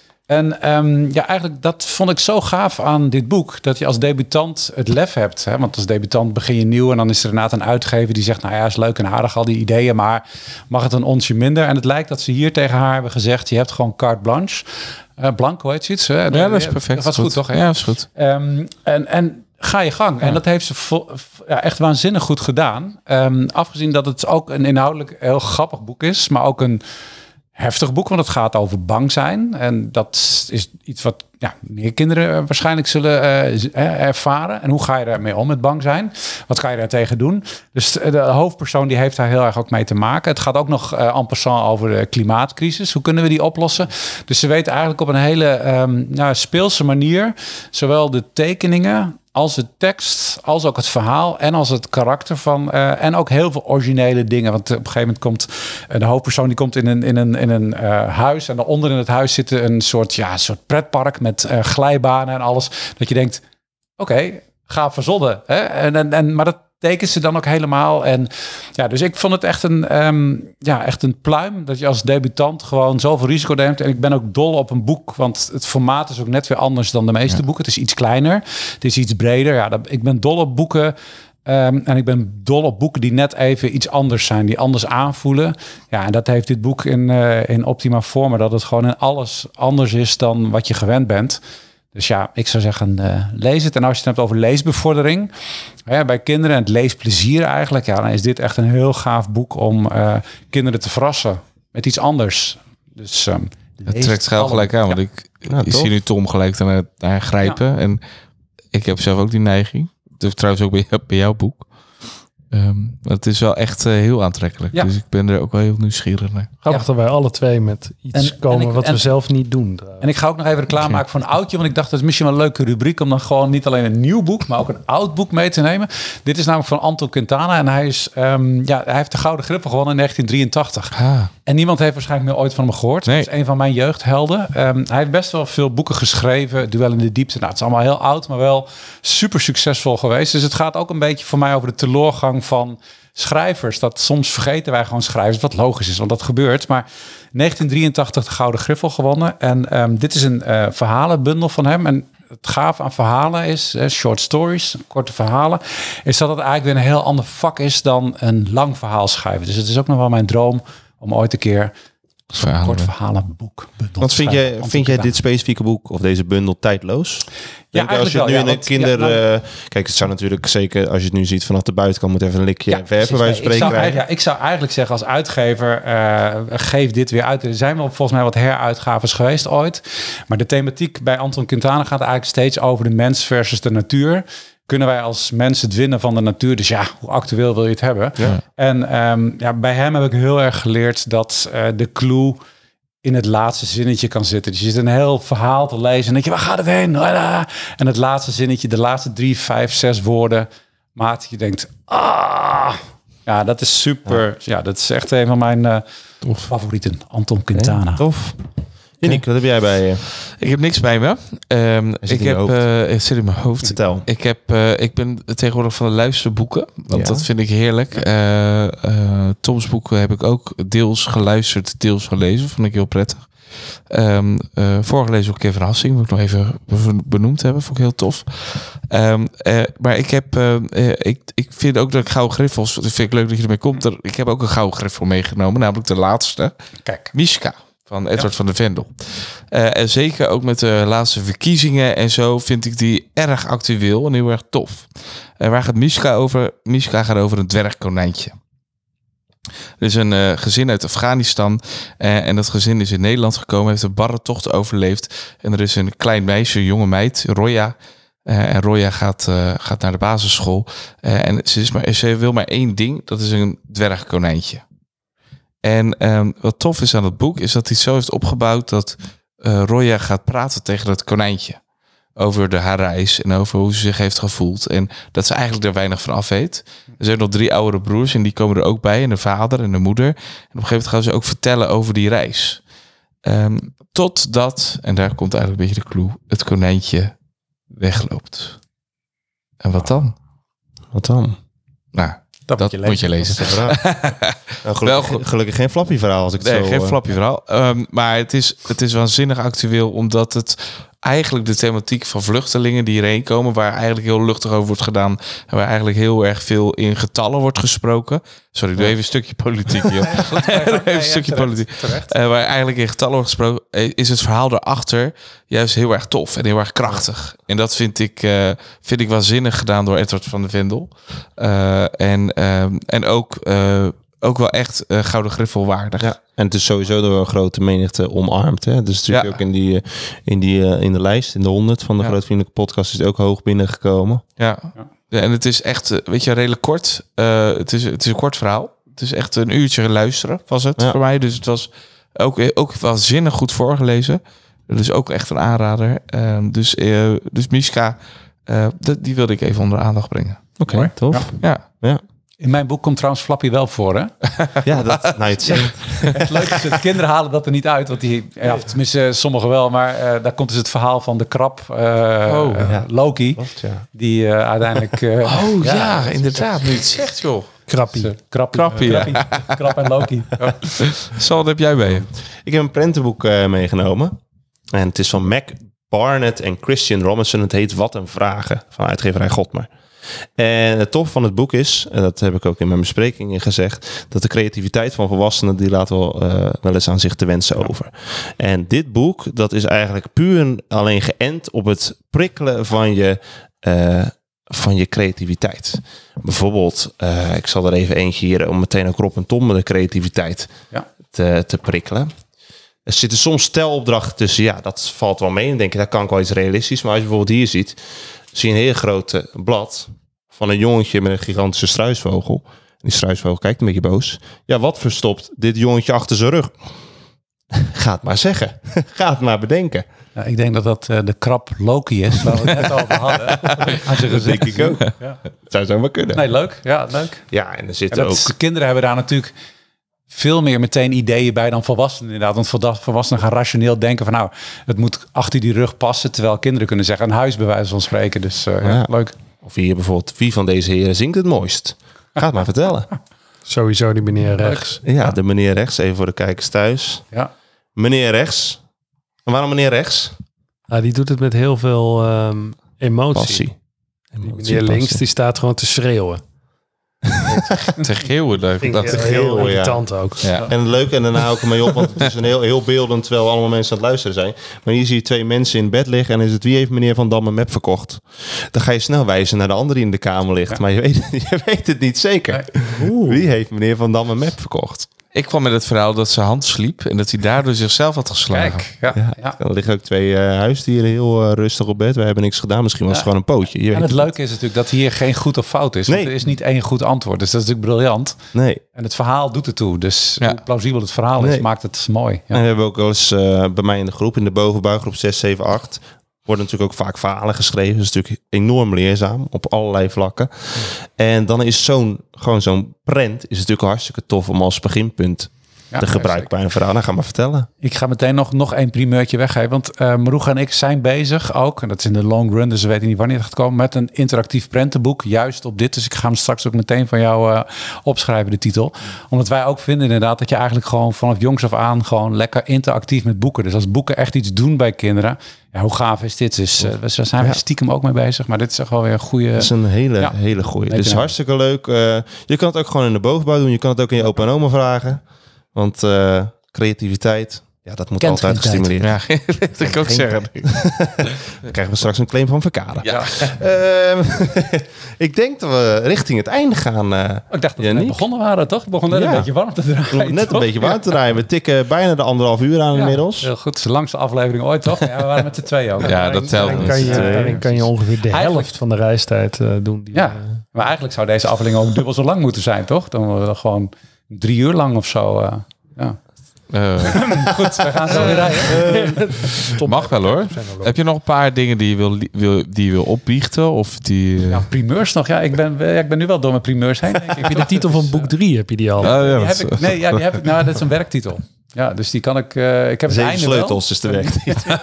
En um, ja, eigenlijk dat vond ik zo gaaf aan dit boek. Dat je als debutant het lef hebt. Hè? Want als debutant begin je nieuw en dan is er inderdaad een uitgever die zegt, nou ja, is leuk en aardig al die ideeën, maar mag het een onsje minder? En het lijkt dat ze hier tegen haar hebben gezegd, je hebt gewoon carte blanche. Uh, blanco heet zoiets. Hè? Ja, dat is perfect. Dat was goed, goed toch? Hè? Ja, dat is goed. Um, en, en ga je gang. Ja. En dat heeft ze vo- ja, echt waanzinnig goed gedaan. Um, afgezien dat het ook een inhoudelijk heel grappig boek is, maar ook een heftig boek, want het gaat over bang zijn. En dat is iets wat ja, meer kinderen waarschijnlijk zullen uh, ervaren. En hoe ga je daarmee om met bang zijn? Wat kan je daartegen doen? Dus de hoofdpersoon die heeft daar heel erg ook mee te maken. Het gaat ook nog uh, en passant over de klimaatcrisis. Hoe kunnen we die oplossen? Dus ze weet eigenlijk op een hele um, nou, speelse manier zowel de tekeningen als de tekst, als ook het verhaal en als het karakter van uh, en ook heel veel originele dingen. Want op een gegeven moment komt uh, de hoofdpersoon die komt in een in een in een uh, huis en daaronder in het huis zit een soort ja een soort pretpark met uh, glijbanen en alles. Dat je denkt, oké, okay, gaaf verzonnen, hè? En, en en maar dat tekent ze dan ook helemaal. En ja, dus ik vond het echt een um, ja echt een pluim dat je als debutant gewoon zoveel risico neemt. En ik ben ook dol op een boek, want het formaat is ook net weer anders dan de meeste ja. boeken. Het is iets kleiner, het is iets breder. Ja, dat, ik ben dol op boeken. Um, en ik ben dol op boeken die net even iets anders zijn, die anders aanvoelen. Ja, en dat heeft dit boek in, uh, in optima forma, dat het gewoon in alles anders is dan wat je gewend bent. Dus ja, ik zou zeggen, uh, lees het. En als je het hebt over leesbevordering, hè, bij kinderen en het leesplezier eigenlijk, ja, dan is dit echt een heel gaaf boek om uh, kinderen te verrassen met iets anders. Dus um, het trekt gauw gelijk aan, want ja. ik, ja, ik zie nu Tom gelijk naar, naar grijpen. Ja. En ik heb zelf ook die neiging. Dus trouwens ook bij, bij jouw boek. Um, het is wel echt uh, heel aantrekkelijk. Ja. Dus ik ben er ook wel heel nieuwsgierig naar. Grappig dat wij alle twee met iets en, komen en ik, wat en, we zelf niet doen. Trouwens. En ik ga ook nog even reclame okay. maken voor een oudje. Want ik dacht, dat is misschien wel een leuke rubriek om dan gewoon niet alleen een nieuw boek, maar ook een oud boek mee te nemen. Dit is namelijk van Anton Quintana. En hij, is, um, ja, hij heeft de Gouden Griffel gewonnen in negentien drieëntachtig. Ah. En niemand heeft waarschijnlijk meer ooit van hem gehoord. Nee. Dat is een van mijn jeugdhelden. Um, hij heeft best wel veel boeken geschreven. Duel in de diepte. Nou, het is allemaal heel oud, maar wel super succesvol geweest. Dus het gaat ook een beetje voor mij over de teloorgang van schrijvers, dat soms vergeten wij gewoon schrijvers, wat logisch is, want dat gebeurt. Maar negentien drieëntachtig de Gouden Griffel gewonnen. En um, dit is een uh, verhalenbundel van hem. En het gaaf aan verhalen is, uh, short stories, korte verhalen, is dat het eigenlijk weer een heel ander vak is dan een lang verhaal schrijven. Dus het is ook nog wel mijn droom om ooit een keer een kort verhalenboek. Want vind jij, vind jij dit specifieke boek of deze bundel tijdloos? Ja, Denk, als je het nu wel, in ja, een want, kinder... ja, nou, uh, kijk, het zou natuurlijk zeker, als je het nu ziet vanaf de buitenkant, moet even een likje ja, en verven bij precies. spreken Nee, ik, zou, krijgen. ja, ik zou eigenlijk zeggen als uitgever, uh, geef dit weer uit. Er zijn wel volgens mij wat heruitgaves geweest ooit. Maar de thematiek bij Anton Quintana gaat eigenlijk steeds over de mens versus de natuur. Kunnen wij als mensen het winnen van de natuur? Dus ja, hoe actueel wil je het hebben? Ja. En um, ja, bij hem heb ik heel erg geleerd dat uh, de clue in het laatste zinnetje kan zitten. Dus je zit een heel verhaal te lezen en denk je, waar gaat het heen? En het laatste zinnetje, de laatste drie, vijf, zes woorden, maat, je denkt, ah, ja, dat is super. Ja, ja dat is echt een van mijn uh, favorieten. Anton Quintana. Okay, tof. Yannick, wat heb jij bij je? Ik heb niks bij me. Um, ik heb, uh, het zit in mijn hoofd. Vertel. Ik heb, uh, ik ben tegenwoordig van de luisterboeken, want ja. dat vind ik heerlijk. Uh, uh, Toms boeken heb ik ook deels geluisterd, deels gelezen. Vond ik heel prettig. Um, uh, voorgelezen ook een keer verrassing, moet ik nog even benoemd hebben. Vond ik heel tof. Um, uh, maar ik heb, uh, uh, ik, ik vind ook dat ik gouden griffels, dat vind ik leuk dat je ermee komt. Er, ik heb ook een gouden griffel meegenomen, namelijk de laatste. Kijk. Mishka. Van Edward ja. van de Vendel. Uh, en zeker ook met de laatste verkiezingen en zo vind ik die erg actueel en heel erg tof. Uh, waar gaat Mishka over? Mishka gaat over een dwergkonijntje. Er is een uh, gezin uit Afghanistan uh, en dat gezin is in Nederland gekomen, heeft een barre tocht overleefd. En er is een klein meisje, een jonge meid, Roya. Uh, en Roya gaat, uh, gaat naar de basisschool. Uh, en ze, is maar, ze wil maar één ding, dat is een dwergkonijntje. En um, wat tof is aan het boek, is dat hij het zo heeft opgebouwd dat uh, Roya gaat praten tegen dat konijntje. Over de haar reis en over hoe ze zich heeft gevoeld. En dat ze eigenlijk er weinig van af weet. Er zijn nog drie oudere broers en die komen er ook bij. En de vader en de moeder. En op een gegeven moment gaan ze ook vertellen over die reis. Um, totdat, en daar komt eigenlijk een beetje de clue, het konijntje wegloopt. En wat dan? Wat dan? Nou... Dat, dat moet je lezen. Moet je lezen. nou, gelukkig, Wel, gelukkig geen flappy verhaal. Als ik nee, zo, geen uh... flappy verhaal. Um, maar het is, het is waanzinnig actueel, omdat het eigenlijk de thematiek van vluchtelingen die hierheen komen, waar eigenlijk heel luchtig over wordt gedaan en waar eigenlijk heel erg veel in getallen wordt gesproken. Sorry, ik doe even een stukje politiek hier. even een stukje politiek. Uh, waar eigenlijk in getallen wordt gesproken, is het verhaal daarachter juist heel erg tof en heel erg krachtig. En dat vind ik, uh, vind ik waanzinnig gedaan door Edward van de Vendel. Uh, en, um, en ook... Uh, Ook wel echt uh, Gouden Griffel waardig. Ja, en het is sowieso door een grote menigte omarmd. Hè? Dus natuurlijk ja. ook in, die, in, die, uh, in de lijst, in de honderd van de ja. Grootvriendelijke podcast is het ook hoog binnengekomen. Ja, ja. ja en het is echt, uh, weet je, redelijk kort. Uh, het, is, het is een kort verhaal. Het is echt een uurtje luisteren, was het ja. voor mij. Dus het was ook, ook waanzinnig goed voorgelezen. Dus ook echt een aanrader. Uh, dus, uh, dus Mishka, uh, die wilde ik even onder aandacht brengen. Oké, okay, tof. Ja. ja. ja. In mijn boek komt trouwens Flappy wel voor, hè? Ja, dat, nou, het zegt. Het leuke is, de kinderen halen dat er niet uit. Want die, ja, tenminste, sommigen wel. Maar uh, daar komt dus het verhaal van de krab uh, oh, ja. Loki. Klopt, ja. Die uh, uiteindelijk... Uh, oh ja, ja inderdaad. Nu het zegt, joh. Krappie. Dus, uh, krappie. Krappie, uh, ja. Krab en Loki. Ja. Sal, wat heb jij bij je? Ik heb een prentenboek uh, meegenomen. En het is van Mac Barnett en Christian Robinson. Het heet Wat een Vragen. Van uitgeverij Godmer. En het tof van het boek is, en dat heb ik ook in mijn besprekingen gezegd, dat de creativiteit van volwassenen, die laat wel, uh, wel eens aan zich te wensen over. En dit boek, dat is eigenlijk puur alleen geënt op het prikkelen van je, uh, van je creativiteit. Bijvoorbeeld, uh, ik zal er even eentje hier om meteen ook Rob en Tom met de creativiteit ja. te, te prikkelen. Er zitten soms stelopdrachten tussen, ja, dat valt wel mee. Dan denk je, dat kan ik wel iets realistisch. Maar als je bijvoorbeeld hier ziet, zie je een heel groot blad van een jongetje met een gigantische struisvogel. En die struisvogel kijkt een beetje boos. Ja, wat verstopt dit jongetje achter zijn rug? Ga het maar zeggen. Ga het maar bedenken. Ja, ik denk dat dat uh, de krab Loki is, waar we het net over hadden. Dat denk ik ook. Ja. Het zou zo maar kunnen. Nee, leuk. Ja, leuk. Ja, en er zitten ook... Is, de kinderen hebben daar natuurlijk veel meer meteen ideeën bij dan volwassenen inderdaad. Want volwassenen gaan rationeel denken van nou, het moet achter die rug passen. Terwijl kinderen kunnen zeggen een huis bij wijze van spreken. Dus uh, ja. ja, leuk. Of hier bijvoorbeeld, wie van deze heren zingt het mooist? Ga het maar vertellen. Sowieso die meneer rechts. Ja, de meneer rechts. Even voor de kijkers thuis. Ja. Meneer rechts. En waarom meneer rechts? Ah, die doet het met heel veel um, emotie. Passie. Die Emotie, meneer links passie. die staat gewoon te schreeuwen. Te geeuwen leuk. Vind Dat ik is heel heel, ja. irritant ook. ja. En het leuke, en daarna hou ik ermee op, want het is een heel, heel beeldend, terwijl allemaal mensen aan het luisteren zijn. Maar hier zie je twee mensen in bed liggen en dan is het, wie heeft meneer Van Dam een map verkocht? Dan ga je snel wijzen naar de andere die in de kamer ligt. Ja. Maar je weet, je weet het niet zeker. Wie heeft meneer Van Dam een map verkocht? Ik kwam met het verhaal dat zijn hand sliep en dat hij daardoor zichzelf had geslagen. Kijk, ja. Ja, ja. Er liggen ook twee uh, huisdieren heel uh, rustig op bed. We hebben niks gedaan. Misschien was het Ja. gewoon een pootje. Je weet En het het leuke is natuurlijk dat hier geen goed of fout is. Want Nee. er is niet één goed antwoord. Dus dat is natuurlijk briljant. niet. Nee. En het verhaal doet ertoe. Dus Ja. hoe plausibel het verhaal is, Nee. maakt het mooi. Ja. En we hebben ook wel eens uh, bij mij in de groep, in de bovenbouw, groep zes, zeven, acht... worden natuurlijk ook vaak verhalen geschreven. Dat is natuurlijk enorm leerzaam op allerlei vlakken. En dan is zo'n, gewoon zo'n prent is natuurlijk hartstikke tof om als beginpunt Ja, te gebruiken bij een verhaal. Dan ga maar vertellen. Ik ga meteen nog, nog één primeurtje weggeven. Want uh, Maroeg en ik zijn bezig ook. En dat is in de long run. Dus we weten niet wanneer het gaat komen. Met een interactief prentenboek. Juist op dit. Dus ik ga hem straks ook meteen van jou uh, opschrijven, de titel. Omdat wij ook vinden inderdaad dat je eigenlijk gewoon vanaf jongs af aan gewoon lekker interactief met boeken. Dus als boeken echt iets doen bij kinderen. Ja, hoe gaaf is dit? Dus uh, daar zijn we Ja. stiekem ook mee bezig. Maar dit is echt wel weer een goede... Dat is een hele, Ja. hele goeie. Nee, Het is ja. hartstikke leuk. Uh, je kan het ook gewoon in de bovenbouw doen. Je kan het ook in je opa en oma vragen. Want uh, creativiteit, ja, dat moet Kent altijd geen tijd. gestimuleerd. Ja, dat kan ik ook Geen- zeggen. Dan krijgen we straks een claim van Verkade. Ja. Ehm, ik denk dat we richting het einde gaan. Uh, Ik dacht dat we Yannick? net begonnen waren, toch? Het begon net Ja. een beetje warm te draaien. Net een toch? beetje warm te draaien. We tikken bijna de anderhalf uur aan Ja, inmiddels. heel goed. Het is de langste aflevering ooit, toch? Ja, we waren met z'n tweeën ook. Ja, dat telt Daarin niet. kan je, Twee, daarin kan je ongeveer de Eigenlijk- helft van de reistijd uh, doen. Die, Ja, uh, maar eigenlijk zou deze aflevering ook dubbel zo lang moeten zijn, toch? Dan we gewoon drie uur lang of zo. Uh, ja. Uh, Goed, we gaan zo weer rijden. mag wel hoor. Heb je nog een paar dingen die je wil, wil, die je wil opbiechten? Of die... uh, Ja, primeurs nog. Ja, ik ben, ja, ik ben nu wel door mijn primeurs heen, denk ik. heb je de titel van boek drie, heb je die al? Oh, ja, Die wat- heb ik, nee, ja, die heb ik. Nou, dat is een werktitel. Ja, dus die kan ik... Uh, ik heb het Zeven einde sleutels is de weg.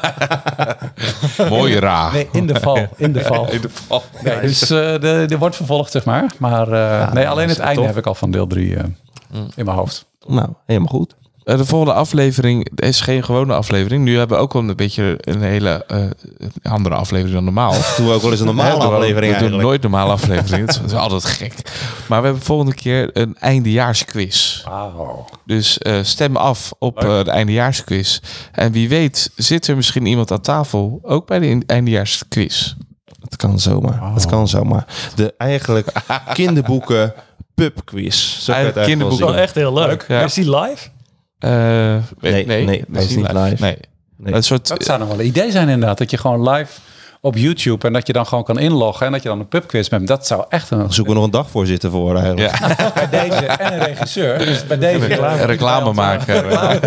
Mooie raar. wel. Nee, in de val. In de val. In de val. Nee, dus uh, de, de wordt vervolgd, zeg maar. Maar uh, nee, alleen het einde tof. heb ik al van deel drie uh, in mijn hoofd. Nou, helemaal goed. Uh, de volgende aflevering is geen gewone aflevering. Nu hebben we ook wel een beetje een hele uh, andere aflevering dan normaal. Doen we ook wel eens een normale Hè, doen we- aflevering We doen eigenlijk. nooit normale afleveringen. Het is altijd gek. Maar we hebben volgende keer een eindejaarsquiz. Wauw. Dus uh, stem af op uh, de eindejaarsquiz. En wie weet zit er misschien iemand aan tafel ook bij de eindejaarsquiz. Het kan zomaar. Oh. Het kan zomaar. De eigenlijk kinderboeken pubquiz. Zo kan je het eigenlijk wel kinderboeken. zien. Wel echt heel leuk. Ja. Is die live? Uh, Nee, nee, hij is niet live. Nee. Nee. Een soort, Dat zou nog wel een idee zijn inderdaad. Dat je gewoon live op YouTube en dat je dan gewoon kan inloggen en dat je dan een pubquiz met. Dat zou echt een... Zoeken we nog een dagvoorzitter voor eigenlijk. ja, Bij deze en een regisseur. Dus bij deze reclame, reclame maken.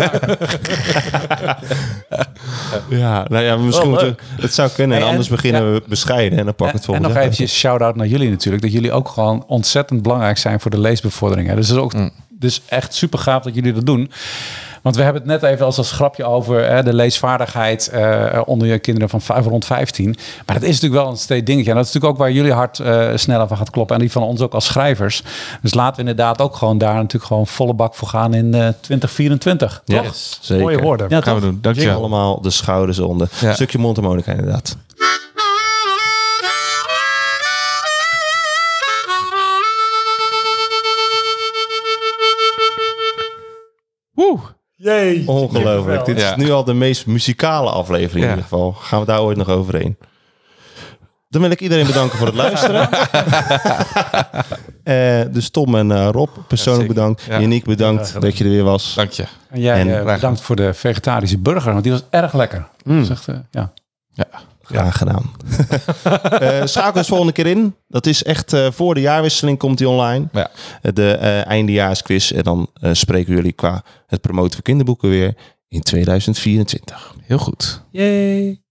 Ja, nou ja, misschien Wel moeten we, het zou kunnen. En Hey, en- anders beginnen ja. we bescheiden en dan pak ik het En volgende nog jaar. eventjes shout-out naar jullie natuurlijk. Dat jullie ook gewoon ontzettend belangrijk zijn voor de leesbevordering. Hè. Dus het is ook dus echt super gaaf dat jullie dat doen. Want we hebben het net even als, als grapje over hè, de leesvaardigheid uh, onder je kinderen van vijf, rond vijftien. Maar dat is natuurlijk wel een steeds dingetje. En dat is natuurlijk ook waar jullie hart uh, sneller van gaat kloppen. En die van ons ook als schrijvers. Dus laten we inderdaad ook gewoon daar natuurlijk gewoon volle bak voor gaan in uh, twintig vierentwintig. Ja, Toch? zeker. Mooie woorden. Ja, Gaan we toch? doen. Dankjewel. Allemaal de schouders onder. Ja. Stukje mondharmonica inderdaad. Woe. Jee. Ongelooflijk. Dit Ja. is nu al de meest muzikale aflevering Ja. in ieder geval. Gaan we daar ooit nog overheen. Dan wil ik iedereen bedanken voor het luisteren. uh, dus Tom en uh, Rob, persoonlijk Ja, zeker. bedankt. Ja. Yannick, bedankt dat je er weer was. Dank je. En jij En- uh, bedankt voor de vegetarische burger. Want die was erg lekker. Mm. Zegt, uh, ja. Graag gedaan. uh, schakel eens volgende keer in. Dat is echt uh, voor de jaarwisseling komt die online. Ja. Uh, de uh, eindejaarsquiz. En dan uh, spreken jullie qua het promoten van kinderboeken weer in tweeduizend vierentwintig. Heel goed. Yay.